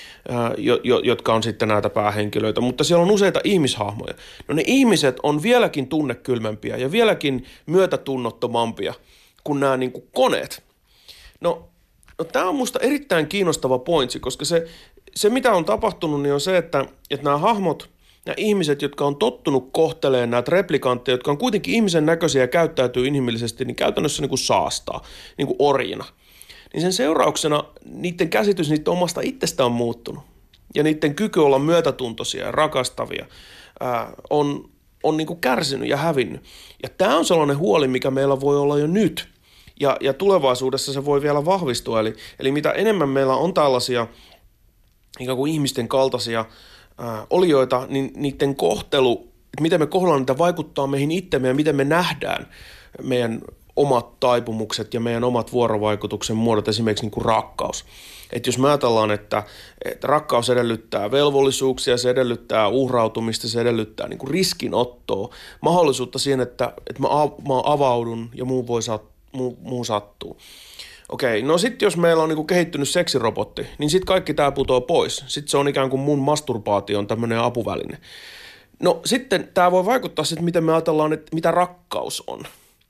jo, jo, jotka on sitten näitä päähenkilöitä, mutta siellä on useita ihmishahmoja. No ne ihmiset on vieläkin tunnekylmempiä ja vieläkin myötätunnottomampia kuin nämä niin kuin koneet. No, no tämä on musta erittäin kiinnostava pointsi, koska se, se mitä on tapahtunut, niin on se, että, että nämä hahmot, nämä ihmiset, jotka on tottunut kohtelemaan näitä replikantteja, jotka on kuitenkin ihmisen näköisiä ja käyttäytyy inhimillisesti, niin käytännössä niin kuin saastaa, niin kuin orjina. Niin sen seurauksena niiden käsitys niiden omasta itsestään on muuttunut. Ja niiden kyky olla myötätuntoisia ja rakastavia ää, on, on niin kuin kärsinyt ja hävinnyt. Ja tämä on sellainen huoli, mikä meillä voi olla jo nyt. Ja, ja tulevaisuudessa se voi vielä vahvistua. Eli, eli mitä enemmän meillä on tällaisia ikään kuin ihmisten kaltaisia ää, olioita, niin niiden kohtelu, että miten me kohdellaan niitä, vaikuttaa meihin itsemme ja miten me nähdään meidän omat taipumukset ja meidän omat vuorovaikutuksen muodot, esimerkiksi niin kuin rakkaus. Että jos me ajatellaan, että, että rakkaus edellyttää velvollisuuksia, se edellyttää uhrautumista, se edellyttää niin kuin riskinottoa, mahdollisuutta siihen, että, että mä, mä avaudun ja muu, voi sat, muu, muu sattuu. Okei, no sitten jos meillä on niin kuin kehittynyt seksirobotti, niin sitten kaikki tämä putoo pois. Sitten se on ikään kuin mun masturbaation tämmöinen apuväline. No sitten tämä voi vaikuttaa sitten, miten me ajatellaan, että mitä rakkaus on.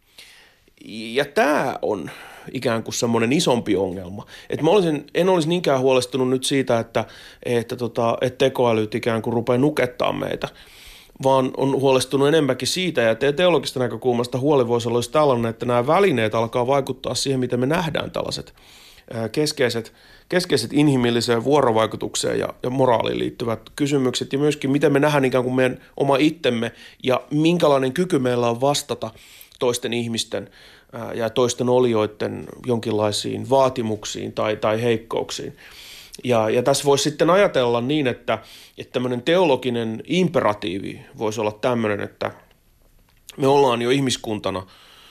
Ja tämä on ikään kuin semmoinen isompi ongelma. Että mä olisin, en olisi niinkään huolestunut nyt siitä, että, että, tota, että tekoälyt ikään kuin rupeaa nukettaa meitä, vaan on huolestunut enemmänkin siitä, ja teologisesta näkökulmasta huoli voisi olla tällainen, että nämä välineet alkaa vaikuttaa siihen, miten me nähdään tällaiset keskeiset, keskeiset inhimilliseen vuorovaikutukseen ja, ja moraaliin liittyvät kysymykset, ja myöskin miten me nähdään ikään kuin meidän oma itsemme, ja minkälainen kyky meillä on vastata toisten ihmisten ja toisten olioiden jonkinlaisiin vaatimuksiin tai, tai heikkouksiin. Ja, ja tässä voisi sitten ajatella niin, että, että tämmöinen teologinen imperatiivi voisi olla tämmöinen, että me ollaan jo ihmiskuntana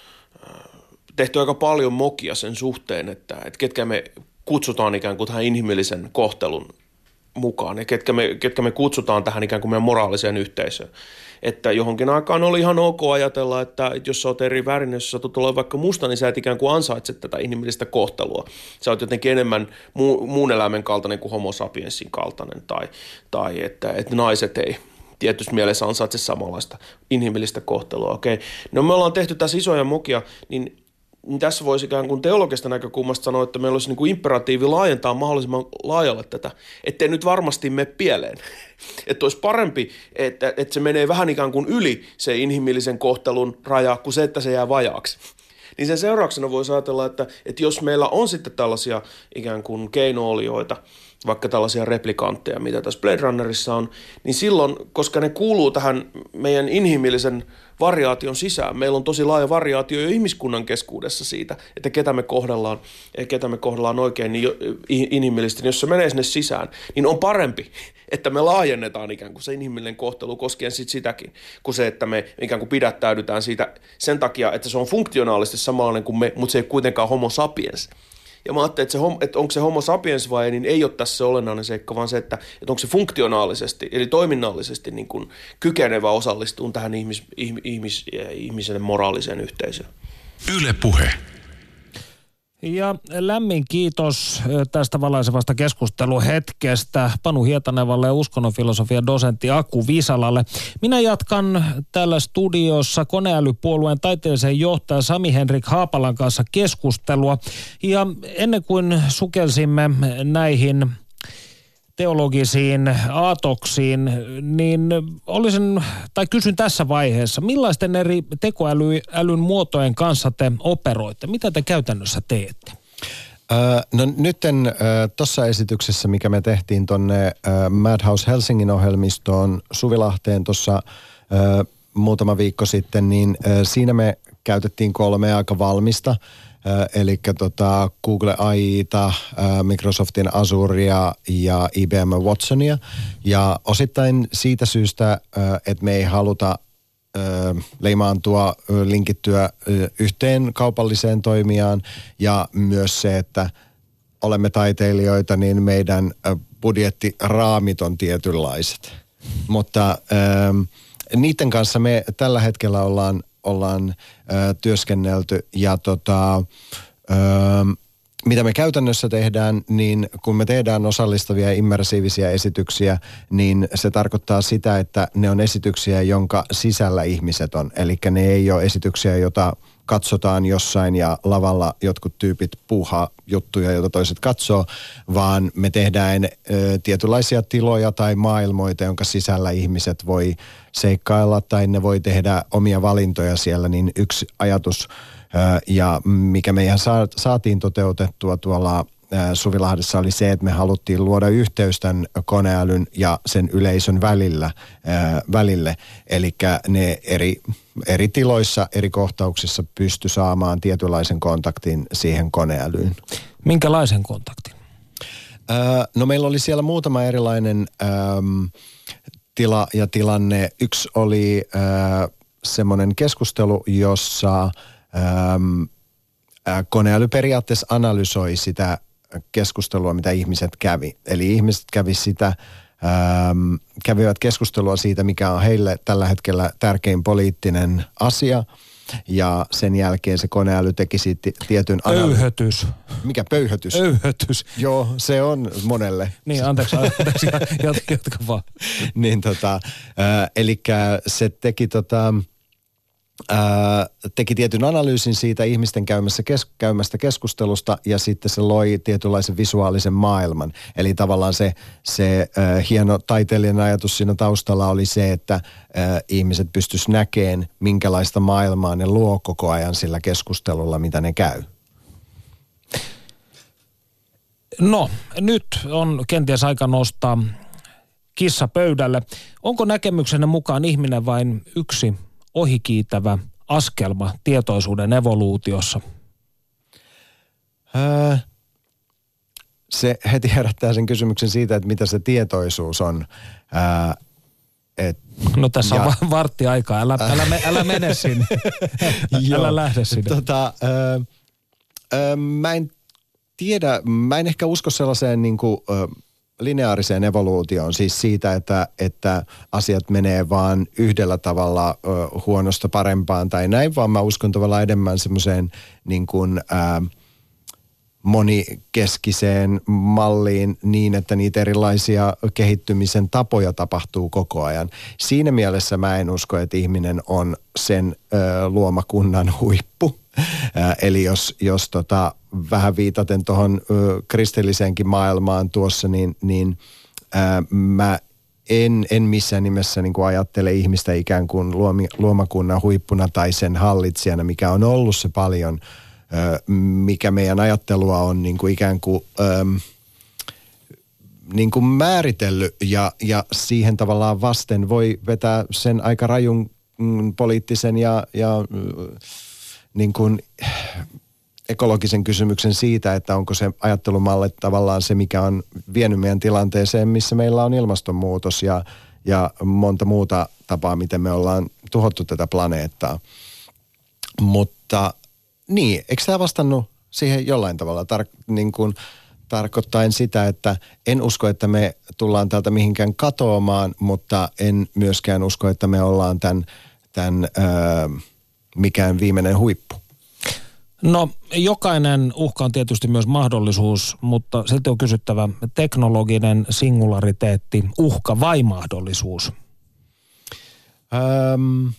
tehty aika paljon mokia sen suhteen, että, että ketkä me kutsutaan ikään kuin tähän inhimillisen kohtelun mukaan ja ketkä me, ketkä me kutsutaan tähän ikään kuin meidän moraaliseen yhteisöön. Että johonkin aikaan oli ihan ok ajatella, että jos sä oot eri värinen, jos sä satut olla vaikka musta, niin sä et ikään kuin ansaitse tätä inhimillistä kohtelua. Sä oot jotenkin enemmän muu, muun eläimen kaltainen kuin homo sapiensin kaltainen, tai, tai että, että naiset ei tietysti mielessä ansaitse samanlaista inhimillistä kohtelua. Okei, no me ollaan tehty tässä isoja mokia, niin niin tässä voisi ikään kuin teologisesta näkökulmasta sanoa, että meillä olisi niin kuin imperatiivi laajentaa mahdollisimman laajalle tätä, ettei nyt varmasti mene pieleen. Että olisi parempi, että, että se menee vähän ikään kuin yli se inhimillisen kohtelun raja, kuin se, että se jää vajaaksi. Niin sen seurauksena voisi ajatella, että, että jos meillä on sitten tällaisia ikään kuin keino-olioita, vaikka tällaisia replikantteja, mitä tässä Blade Runnerissa on, niin silloin, koska ne kuuluu tähän meidän inhimillisen variaation sisään, meillä on tosi laaja variaatio jo ihmiskunnan keskuudessa siitä, että ketä me kohdellaan, ketä me kohdellaan oikein niin inhimillisesti, niin jos se menee sinne sisään, niin on parempi, että me laajennetaan ikään kuin se inhimillinen kohtelu koskien sit sitäkin, kuin se, että me ikään kuin pidättäydytään siitä sen takia, että se on funktionaalisesti samanlainen kuin me, mutta se ei kuitenkaan homo sapiens. Ja mä ajattelin, että, se, että onko se homo sapiens vai ei, niin ei ole tässä se olennainen seikka, vaan se, että, että onko se funktionaalisesti, eli toiminnallisesti niin kuin kykenevä osallistumaan tähän ihmis, ihmis, ihmisen moraaliseen yhteisöön. Yle Puhe. Ja lämmin kiitos tästä valaisevasta keskusteluhetkestä Panu Hietanevalle ja uskonnonfilosofian dosentti Aku Viisalalle. Minä jatkan täällä studiossa koneälypuolueen taiteellisen johtaja Sami-Henrik Haapalan kanssa keskustelua. Ja ennen kuin sukelsimme näihin teologisiin aatoksiin, niin olisin, tai kysyn tässä vaiheessa, millaisten eri tekoälyn muotojen kanssa te operoitte? Mitä te käytännössä teette? Öö, no nytten öö, tuossa esityksessä, mikä me tehtiin tuonne öö, Madhouse Helsingin ohjelmistoon Suvilahteen tuossa öö, muutama viikko sitten, niin öö, siinä me käytettiin kolme aika valmista. Eli tota Google A I:ta, Microsoftin Azurea ja I B M Watsonia. Ja osittain siitä syystä, että me ei haluta leimaantua, linkittyä yhteen kaupalliseen toimijaan. Ja myös se, että olemme taiteilijoita, niin meidän budjettiraamit on tietynlaiset. Mutta niiden kanssa me tällä hetkellä ollaan ollaan ö, työskennelty ja tota, ö, mitä me käytännössä tehdään, niin kun me tehdään osallistavia immersiivisiä esityksiä, niin se tarkoittaa sitä, että ne on esityksiä, jonka sisällä ihmiset on. Eli ne ei ole esityksiä, joita katsotaan jossain ja lavalla jotkut tyypit puuhaa juttuja, joita toiset katsoo, vaan me tehdään ö, tietynlaisia tiloja tai maailmoita, jonka sisällä ihmiset voi seikkailla tai ne voi tehdä omia valintoja siellä, niin yksi ajatus ö, ja mikä me ihan sa- saatiin toteutettua tuolla ö, Suvilahdessa oli se, että me haluttiin luoda yhteys tämän koneälyn ja sen yleisön välillä, ö, välille, eli ne eri eri tiloissa, eri kohtauksissa pysty saamaan tietynlaisen kontaktin siihen koneälyyn. Minkälaisen kontaktin? Öö, no meillä oli siellä muutama erilainen öö, tila ja tilanne. Yksi oli öö, semmoinen keskustelu, jossa öö, koneäly periaatteessa analysoi sitä keskustelua, mitä ihmiset kävi. Eli ihmiset kävi sitä Ähm, kävivät keskustelua siitä, mikä on heille tällä hetkellä tärkein poliittinen asia. Ja sen jälkeen se koneäly teki siitä tietyn analyysin. Pöyhötys. Mikä pöyhötys? Pöyhötys. Joo, se on monelle. Niin, anteeksi, anteeksi jatka, jatka vaan. niin tota, äh, elikkä se teki tota... Ää, teki tietyn analyysin siitä ihmisten käymässä kes, käymästä keskustelusta ja sitten se loi tietynlaisen visuaalisen maailman. Eli tavallaan se, se ää, hieno taiteellinen ajatus siinä taustalla oli se, että ää, ihmiset pystyisivät näkemään, minkälaista maailmaa ne luo koko ajan sillä keskustelulla, mitä ne käy. No, nyt on kenties aika nostaa kissa pöydälle. Onko näkemyksenne mukaan ihminen vain yksi ohikiitävä askelma tietoisuuden evoluutiossa? Öö, se heti herättää sen kysymyksen siitä, että mitä se tietoisuus on. Öö, et, no tässä ja, on vartti aikaa, älä, älä, me, älä mene sinne, älä lähde sinne. Tota, öö, öö, mä en tiedä, mä en ehkä usko sellaiseen niin kuin, öö, lineaariseen evoluutioon, siis siitä, että, että asiat menee vaan yhdellä tavalla ö, huonosta parempaan tai näin, vaan mä uskon tavallaan enemmän semmoiseen niin kuin ää, monikeskiseen malliin niin, että niitä erilaisia kehittymisen tapoja tapahtuu koko ajan. Siinä mielessä mä en usko, että ihminen on sen ö, luomakunnan huippu. Ää, eli jos, jos tota, vähän viitaten tuohon kristilliseenkin maailmaan tuossa, niin, niin ää, mä en, en missään nimessä niin kuin ajattele ihmistä ikään kuin luomi, luomakunnan huippuna tai sen hallitsijana, mikä on ollut se paljon, ää, mikä meidän ajattelua on niin kuin ikään kuin, ää, niin kuin määritellyt ja, ja siihen tavallaan vasten voi vetää sen aika rajun mm, poliittisen ja, ja niin kuin ekologisen kysymyksen siitä, että onko se ajattelumalli tavallaan se, mikä on vienyt meidän tilanteeseen, missä meillä on ilmastonmuutos ja, ja monta muuta tapaa, miten me ollaan tuhottu tätä planeettaa. Mutta niin, eikö tämä vastannut siihen jollain tavalla tar- niin kuin tarkoittaen sitä, että en usko, että me tullaan täältä mihinkään katoamaan, mutta en myöskään usko, että me ollaan tämän, tämän ää, mikään viimeinen huippu. No, jokainen uhka on tietysti myös mahdollisuus, mutta silti on kysyttävä teknologinen singulariteetti, uhka vai mahdollisuus? Öm,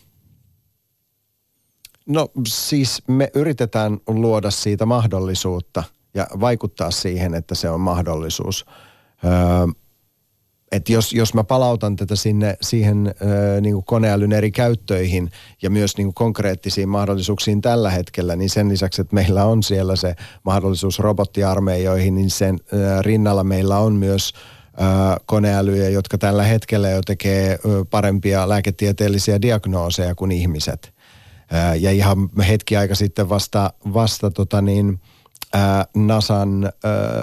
no siis me yritetään luoda siitä mahdollisuutta ja vaikuttaa siihen, että se on mahdollisuus. Öö, että jos, jos mä palautan tätä sinne siihen öö, niin kuin koneälyn eri käyttöihin ja myös niin kuin konkreettisiin mahdollisuuksiin tällä hetkellä, niin sen lisäksi, että meillä on siellä se mahdollisuus robottiarmeijoihin, niin sen öö, rinnalla meillä on myös öö, koneälyjä, jotka tällä hetkellä jo tekee öö, parempia lääketieteellisiä diagnooseja kuin ihmiset. Öö, ja ihan hetki aika sitten vasta, vasta tota niin, Ää, NASAn ää,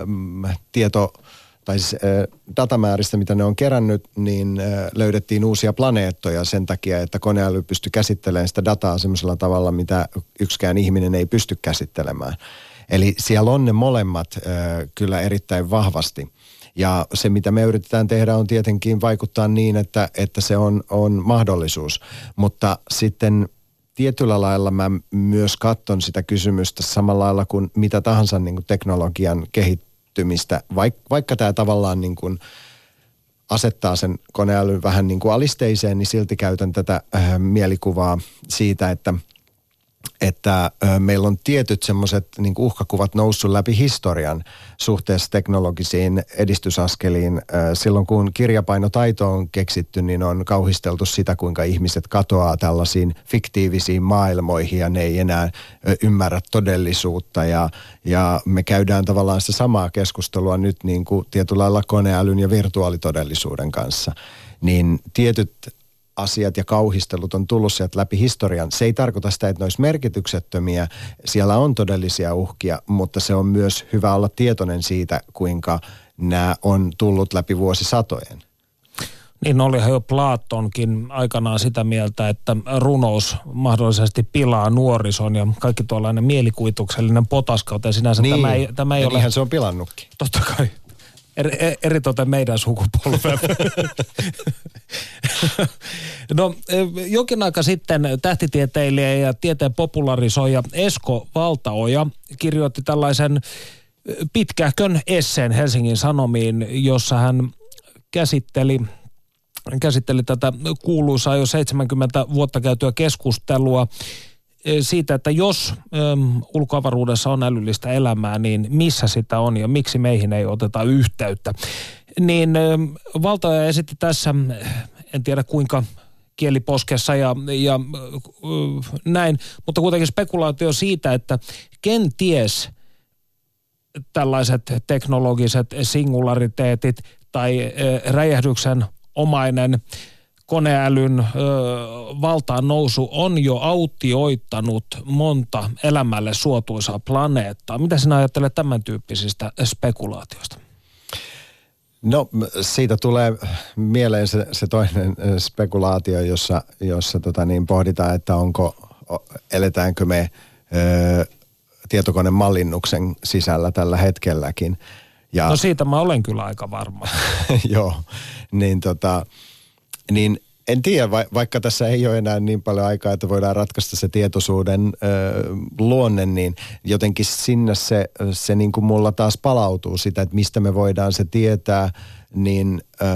tieto, tai siis ää, datamääristä, mitä ne on kerännyt, niin ää, löydettiin uusia planeettoja sen takia, että koneäly pystyi käsittelemään sitä dataa semmoisella tavalla, mitä yksikään ihminen ei pysty käsittelemään. Eli siellä on ne molemmat ää, kyllä erittäin vahvasti. Ja se, mitä me yritetään tehdä, on tietenkin vaikuttaa niin, että, että se on, on mahdollisuus. Mutta sitten tietyllä lailla mä myös katson sitä kysymystä samalla lailla kuin mitä tahansa niin kuin teknologian kehittymistä, vaikka, vaikka tämä tavallaan niin kuin asettaa sen koneälyn vähän niin kuin alisteiseen, niin silti käytän tätä äh, mielikuvaa siitä, että että ö, meillä on tietyt semmoiset niin kuin uhkakuvat noussut läpi historian suhteessa teknologisiin edistysaskeliin. Ö, silloin kun kirjapainotaito on keksitty, niin on kauhisteltu sitä, kuinka ihmiset katoaa tällaisiin fiktiivisiin maailmoihin ja ne ei enää ö, ymmärrä todellisuutta. Ja, ja me käydään tavallaan sitä samaa keskustelua nyt niin kuin tietyllä lailla koneälyn ja virtuaalitodellisuuden kanssa. Niin tietyt asiat ja kauhistelut on tullut sieltä läpi historian. Se ei tarkoita sitä, että ne olisi merkityksettömiä. Siellä on todellisia uhkia, mutta se on myös hyvä olla tietoinen siitä, kuinka nämä on tullut läpi vuosisatojen. Niin olihan jo Platonkin aikanaan sitä mieltä, että runous mahdollisesti pilaa nuorison ja kaikki tuollainen mielikuvituksellinen potaskaute. Sinänsä niin, tämä ei, tämä ei ja ole... niinhän se on pilannutkin. Totta kai. Eri, eri toten meidän sukupolven. No, jokin aika sitten tähtitieteilijä ja tieteen popularisoija Esko Valtaoja kirjoitti tällaisen pitkähkön esseen Helsingin Sanomiin, jossa hän käsitteli, käsitteli tätä kuuluisaa jo seitsemänkymmentä vuotta käytyä keskustelua siitä, että jos äm, ulkoavaruudessa on älyllistä elämää, niin missä sitä on ja miksi meihin ei oteta yhteyttä. Niin äm, Valtaoja esitti tässä, en tiedä kuinka kieliposkessa ja, ja äh, näin, mutta kuitenkin spekulaatio siitä, että kenties tällaiset teknologiset singulariteetit tai äh, räjähdyksen omainen koneälyn ö, valtaan nousu on jo autioittanut monta elämälle suotuisaa planeettaa. Mitä sinä ajattelet tämän tyyppisistä spekulaatioista? No siitä tulee mieleen se, se toinen spekulaatio, jossa, jossa tota niin, pohditaan, että onko, eletäänkö me ö, tietokonemallinnuksen sisällä tällä hetkelläkin. Ja, no siitä mä olen kyllä aika varma. Joo, niin tota... Niin en tiedä, va- vaikka tässä ei ole enää niin paljon aikaa, että voidaan ratkaista se tietoisuuden ö, luonne, niin jotenkin sinne se, se niin kuin mulla taas palautuu sitä, että mistä me voidaan se tietää, niin, ö,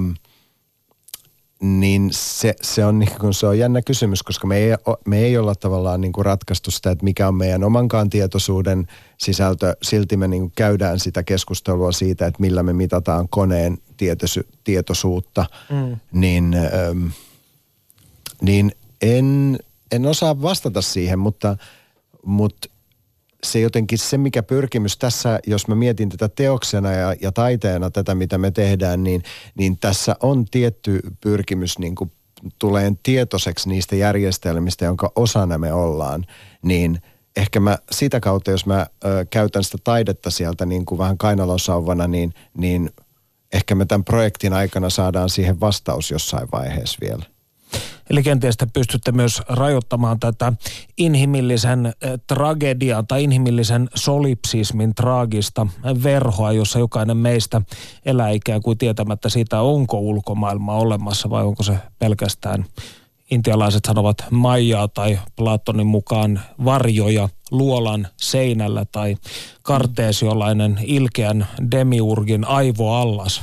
niin se, se, on, niin kuin, se on jännä kysymys, koska me ei, me ei olla tavallaan niin kuin ratkaistu sitä, että mikä on meidän omankaan tietoisuuden sisältö. Silti me niin kuin käydään sitä keskustelua siitä, että millä me mitataan koneen tietosu- tietoisuutta, mm. niin, ähm, niin en, en osaa vastata siihen, mutta, mutta se jotenkin se, mikä pyrkimys tässä, jos mä mietin tätä teoksena ja, ja taiteena tätä, mitä me tehdään, niin, niin tässä on tietty pyrkimys niin kuin tuleen tietoiseksi niistä järjestelmistä, jonka osana me ollaan, niin ehkä mä sitä kautta, jos mä ö, käytän sitä taidetta sieltä niin kuin vähän kainalosauvana, niin, niin ehkä me tämän projektin aikana saadaan siihen vastaus jossain vaiheessa vielä. Eli kenties te pystytte myös rajoittamaan tätä inhimillisen tragedian tai inhimillisen solipsismin traagista verhoa, jossa jokainen meistä elää ikään kuin tietämättä siitä, onko ulkomaailma olemassa vai onko se pelkästään, intialaiset sanovat, maijaa tai Platonin mukaan varjoja luolan seinällä tai karteesiolainen ilkeän demiurgin aivoallas.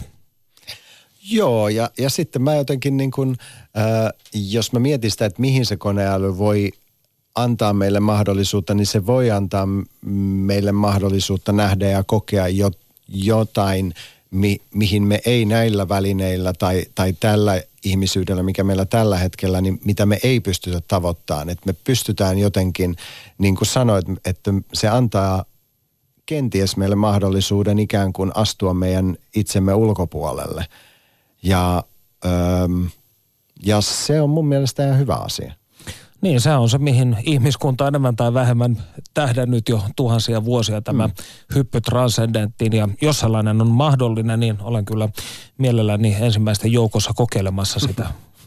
Joo, ja, ja sitten mä jotenkin niin kuin, äh, jos mä mietin sitä, että mihin se koneäly voi antaa meille mahdollisuutta, niin se voi antaa meille mahdollisuutta nähdä ja kokea jo, jotain, mi, mihin me ei näillä välineillä tai, tai tällä ihmisyydellä, mikä meillä tällä hetkellä, niin mitä me ei pystytä tavoittamaan. Että me pystytään jotenkin, niin kuin sanoit, että se antaa kenties meille mahdollisuuden ikään kuin astua meidän itsemme ulkopuolelle. Ja, öö, ja se on mun mielestä ihan hyvä asia. Niin, se on se, mihin ihmiskunta enemmän tai vähemmän tähdännyt jo tuhansia vuosia, tämä mm. hyppy transcendenttiin. Ja jos sellainen on mahdollinen, niin olen kyllä mielelläni ensimmäisten joukossa kokeilemassa sitä.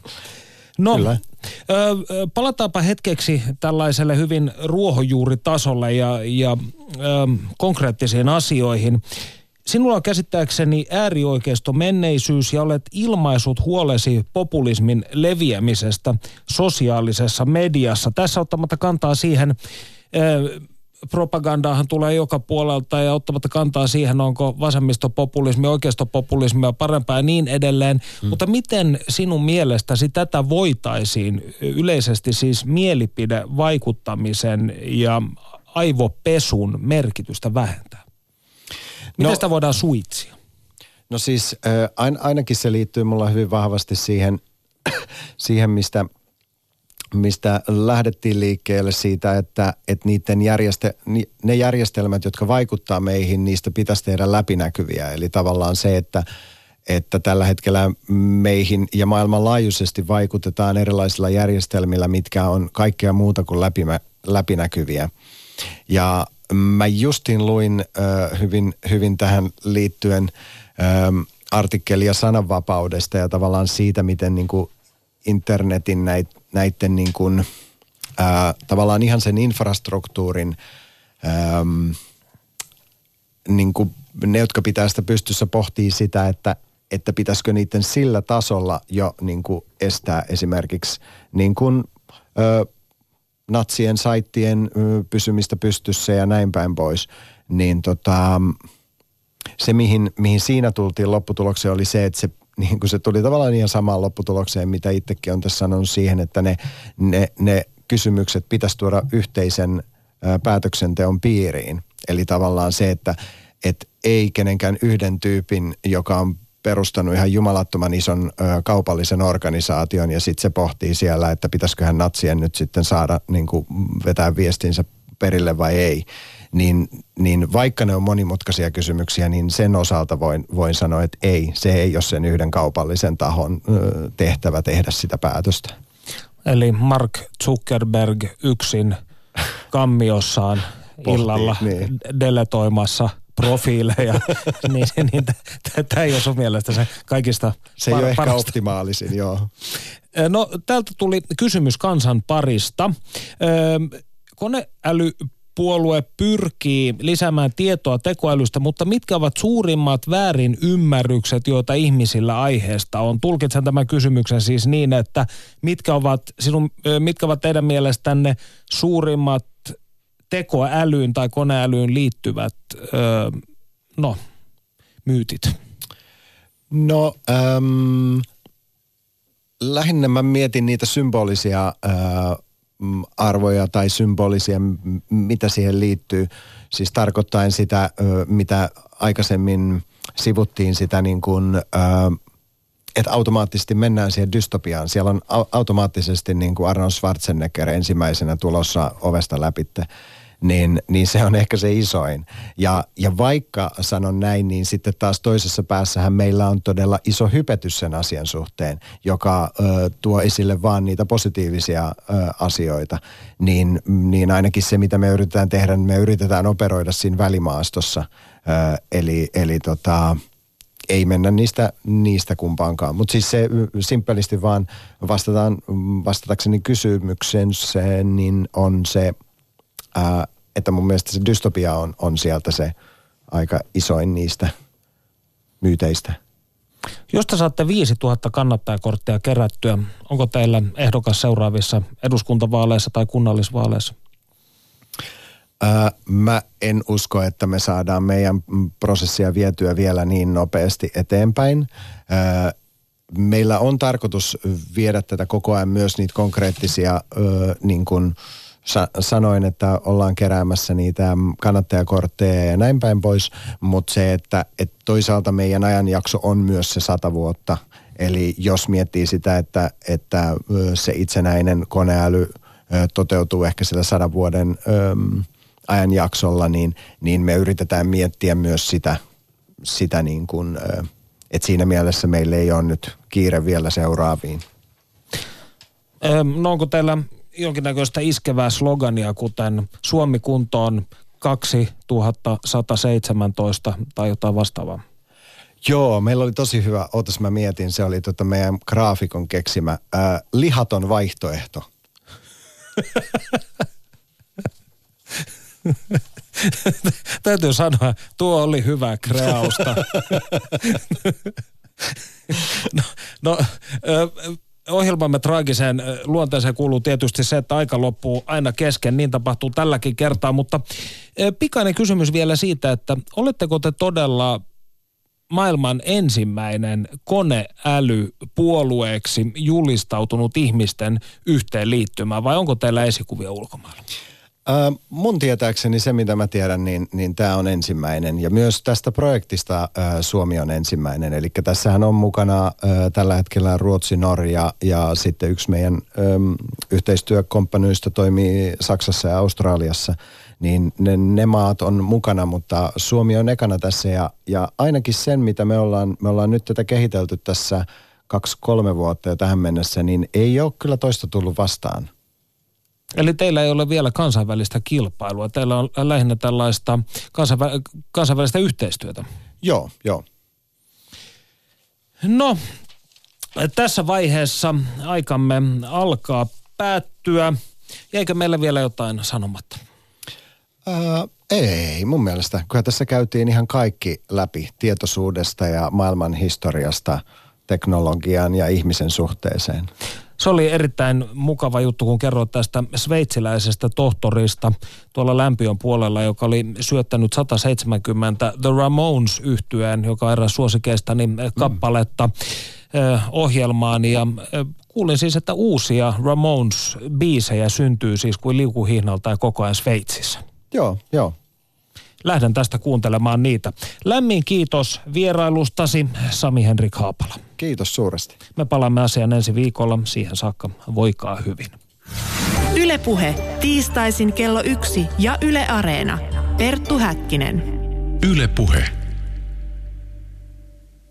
No, kyllä. Ö, palataanpa hetkeksi tällaiselle hyvin ruohonjuuritasolle ja, ja ö, konkreettisiin asioihin. Sinulla on käsittääkseni äärioikeisto menneisyys ja olet ilmaisut huolesi populismin leviämisestä sosiaalisessa mediassa. Tässä ottamatta kantaa siihen, eh, propagandaahan tulee joka puolelta ja ottamatta kantaa siihen, onko vasemmistopopulismi, oikeistopopulismia parempaa ja niin edelleen. Hmm. Mutta miten sinun mielestäsi tätä voitaisiin yleisesti siis mielipidevaikuttamisen ja aivopesun merkitystä vähentää? Miten no, sitä voidaan suitsia? No siis äh, ainakin se liittyy mulla hyvin vahvasti siihen, siihen mistä, mistä lähdettiin liikkeelle siitä, että, että niiden järjeste, ne järjestelmät, jotka vaikuttaa meihin, niistä pitäisi tehdä läpinäkyviä. Eli tavallaan se, että, että tällä hetkellä meihin ja maailmanlaajuisesti vaikutetaan erilaisilla järjestelmillä, mitkä on kaikkea muuta kuin läpimä, läpinäkyviä. Ja mä justiin luin äh, hyvin, hyvin tähän liittyen ähm, artikkelia sananvapaudesta ja tavallaan siitä, miten niin kuin internetin näit, näiden niin kuin, äh, tavallaan ihan sen infrastruktuurin, ähm, niin kuin ne, jotka pitää sitä pystyssä, pohtii sitä, että, että pitäisikö niiden sillä tasolla jo niin kuin estää esimerkiksi niin kuin, äh, natsien saittien pysymistä pystyssä ja näin päin pois, niin tota, se mihin, mihin siinä tultiin lopputulokseen oli se, että se, niin kuin se tuli tavallaan ihan samaan lopputulokseen, mitä itsekin on tässä sanonut siihen, että ne, ne, ne kysymykset pitäisi tuoda yhteisen ä, päätöksenteon piiriin. Eli tavallaan se, että et ei kenenkään yhden tyypin, joka on perustanut ihan jumalattoman ison ö, kaupallisen organisaation ja sitten se pohtii siellä, että pitäisiköhän natsien nyt sitten saada niin kuin vetää viestinsä perille vai ei. Niin, niin vaikka ne on monimutkaisia kysymyksiä, niin sen osalta voin, voin sanoa, että ei. Se ei ole sen yhden kaupallisen tahon ö, tehtävä tehdä sitä päätöstä. Eli Mark Zuckerberg yksin kammiossaan illalla niin. deletoimassa profiileja, niin, niin tämä ei ole sun mielestä se kaikista Se ei par- ole ehkä parasta. optimaalisin, joo. No täältä tuli kysymys kansan parista. Ö, koneälypuolue pyrkii lisäämään tietoa tekoälystä, mutta mitkä ovat suurimmat väärin ymmärrykset, joita ihmisillä aiheesta on? Tulkitsen tämän kysymyksen siis niin, että mitkä ovat, sinun, mitkä ovat teidän mielestänne suurimmat tekoälyyn tai koneälyyn liittyvät öö, no, myytit? No, äm, lähinnä mä mietin niitä symbolisia ää, arvoja tai symbolisia, mitä siihen liittyy. Siis tarkoittaen sitä, ää, mitä aikaisemmin sivuttiin sitä niin kuin, ää, että automaattisesti mennään siihen dystopiaan. Siellä on au- automaattisesti niin kuin Arnold Schwarzenegger ensimmäisenä tulossa ovesta läpitte. Niin, niin se on ehkä se isoin. Ja, ja vaikka sanon näin, niin sitten taas toisessa päässähän meillä on todella iso hypetys sen asian suhteen, joka ö, tuo esille vaan niitä positiivisia ö, asioita. Niin, niin ainakin se, mitä me yritetään tehdä, niin me yritetään operoida siinä välimaastossa. Ö, eli eli tota, ei mennä niistä, niistä kumpaankaan. Mutta siis se simppelisti vaan vastataan, vastatakseni kysymykseen, se, niin on se, ää, että mun mielestä se dystopia on, on sieltä se aika isoin niistä myyteistä. Jos te saatte viisituhatta kannattajakorttia kerättyä, onko teillä ehdokas seuraavissa eduskuntavaaleissa tai kunnallisvaaleissa? Ää, mä en usko, että me saadaan meidän prosessia vietyä vielä niin nopeasti eteenpäin. Ää, meillä on tarkoitus viedä tätä koko ajan myös niitä konkreettisia, ää, niin kuin sa- sanoin, että ollaan keräämässä niitä kannattajakortteja ja näin päin pois, mutta se, että, että toisaalta meidän ajanjakso on myös se sata vuotta. Eli jos miettii sitä, että, että se itsenäinen koneäly toteutuu ehkä sillä sadan vuoden Öm, ajanjaksolla, niin, niin me yritetään miettiä myös sitä, sitä niin kuin, että siinä mielessä meillä ei ole nyt kiire vielä seuraaviin. No onko teillä jonkinnäköistä iskevää slogania, kuten Suomi kuntoon kaksituhattasata seitsemäntoista tai jotain vastaavaa? Joo, meillä oli tosi hyvä, ootas mä mietin, se oli tota meidän graafikon keksimä, ää, lihaton vaihtoehto. Täytyy sanoa, tuo oli hyvä kreausta. no, no ohjelmamme traagiseen luonteeseen kuuluu tietysti se, että aika loppuu aina kesken. Niin tapahtuu tälläkin kertaa, mutta pikainen kysymys vielä siitä, että oletteko te todella maailman ensimmäinen koneälypuolueeksi julistautunut ihmisten yhteenliittymä vai onko teillä esikuvia ulkomailla? Äh, mun tietääkseni se, mitä mä tiedän, niin, niin tämä on ensimmäinen. Ja myös tästä projektista äh, Suomi on ensimmäinen. Eli tässähän on mukana äh, tällä hetkellä Ruotsi, Norja ja sitten yksi meidän ähm, yhteistyökomppanyistä toimii Saksassa ja Australiassa. Niin ne, ne maat on mukana, mutta Suomi on ekana tässä ja, ja ainakin sen, mitä me ollaan, me ollaan nyt tätä kehitelty tässä kaksi, kolme vuotta jo tähän mennessä, niin ei ole kyllä toista tullut vastaan. Eli teillä ei ole vielä kansainvälistä kilpailua, teillä on lähinnä tällaista kansainvä- kansainvälistä yhteistyötä. Joo, joo. No, tässä vaiheessa aikamme alkaa päättyä. Jäikö meillä vielä jotain sanomatta? Ää, ei, mun mielestä. Kyllä tässä käytiin ihan kaikki läpi tietoisuudesta ja maailman historiasta, teknologiaan ja ihmisen suhteeseen. Se oli erittäin mukava juttu, kun kerroit tästä sveitsiläisestä tohtorista tuolla Lämpiön puolella, joka oli syöttänyt sata seitsemänkymmentä The Ramones-yhtyeen, joka on eräs suosikeistani kappaletta mm. eh, ohjelmaan. Ja eh, kuulin siis, että uusia Ramones-biisejä syntyy siis kuin liukuhihnalta ja koko ajan Sveitsissä. Joo, joo. Lähden tästä kuuntelemaan niitä. Lämmin kiitos vierailustasi, Sami Henrik Haapala. Kiitos suuresti. Me palaamme asiaan ensi viikolla. Siihen saakka voikaa hyvin. Yle Puhe, tiistaisin kello yksi ja Yle Areena. Perttu Häkkinen. Yle Puhe.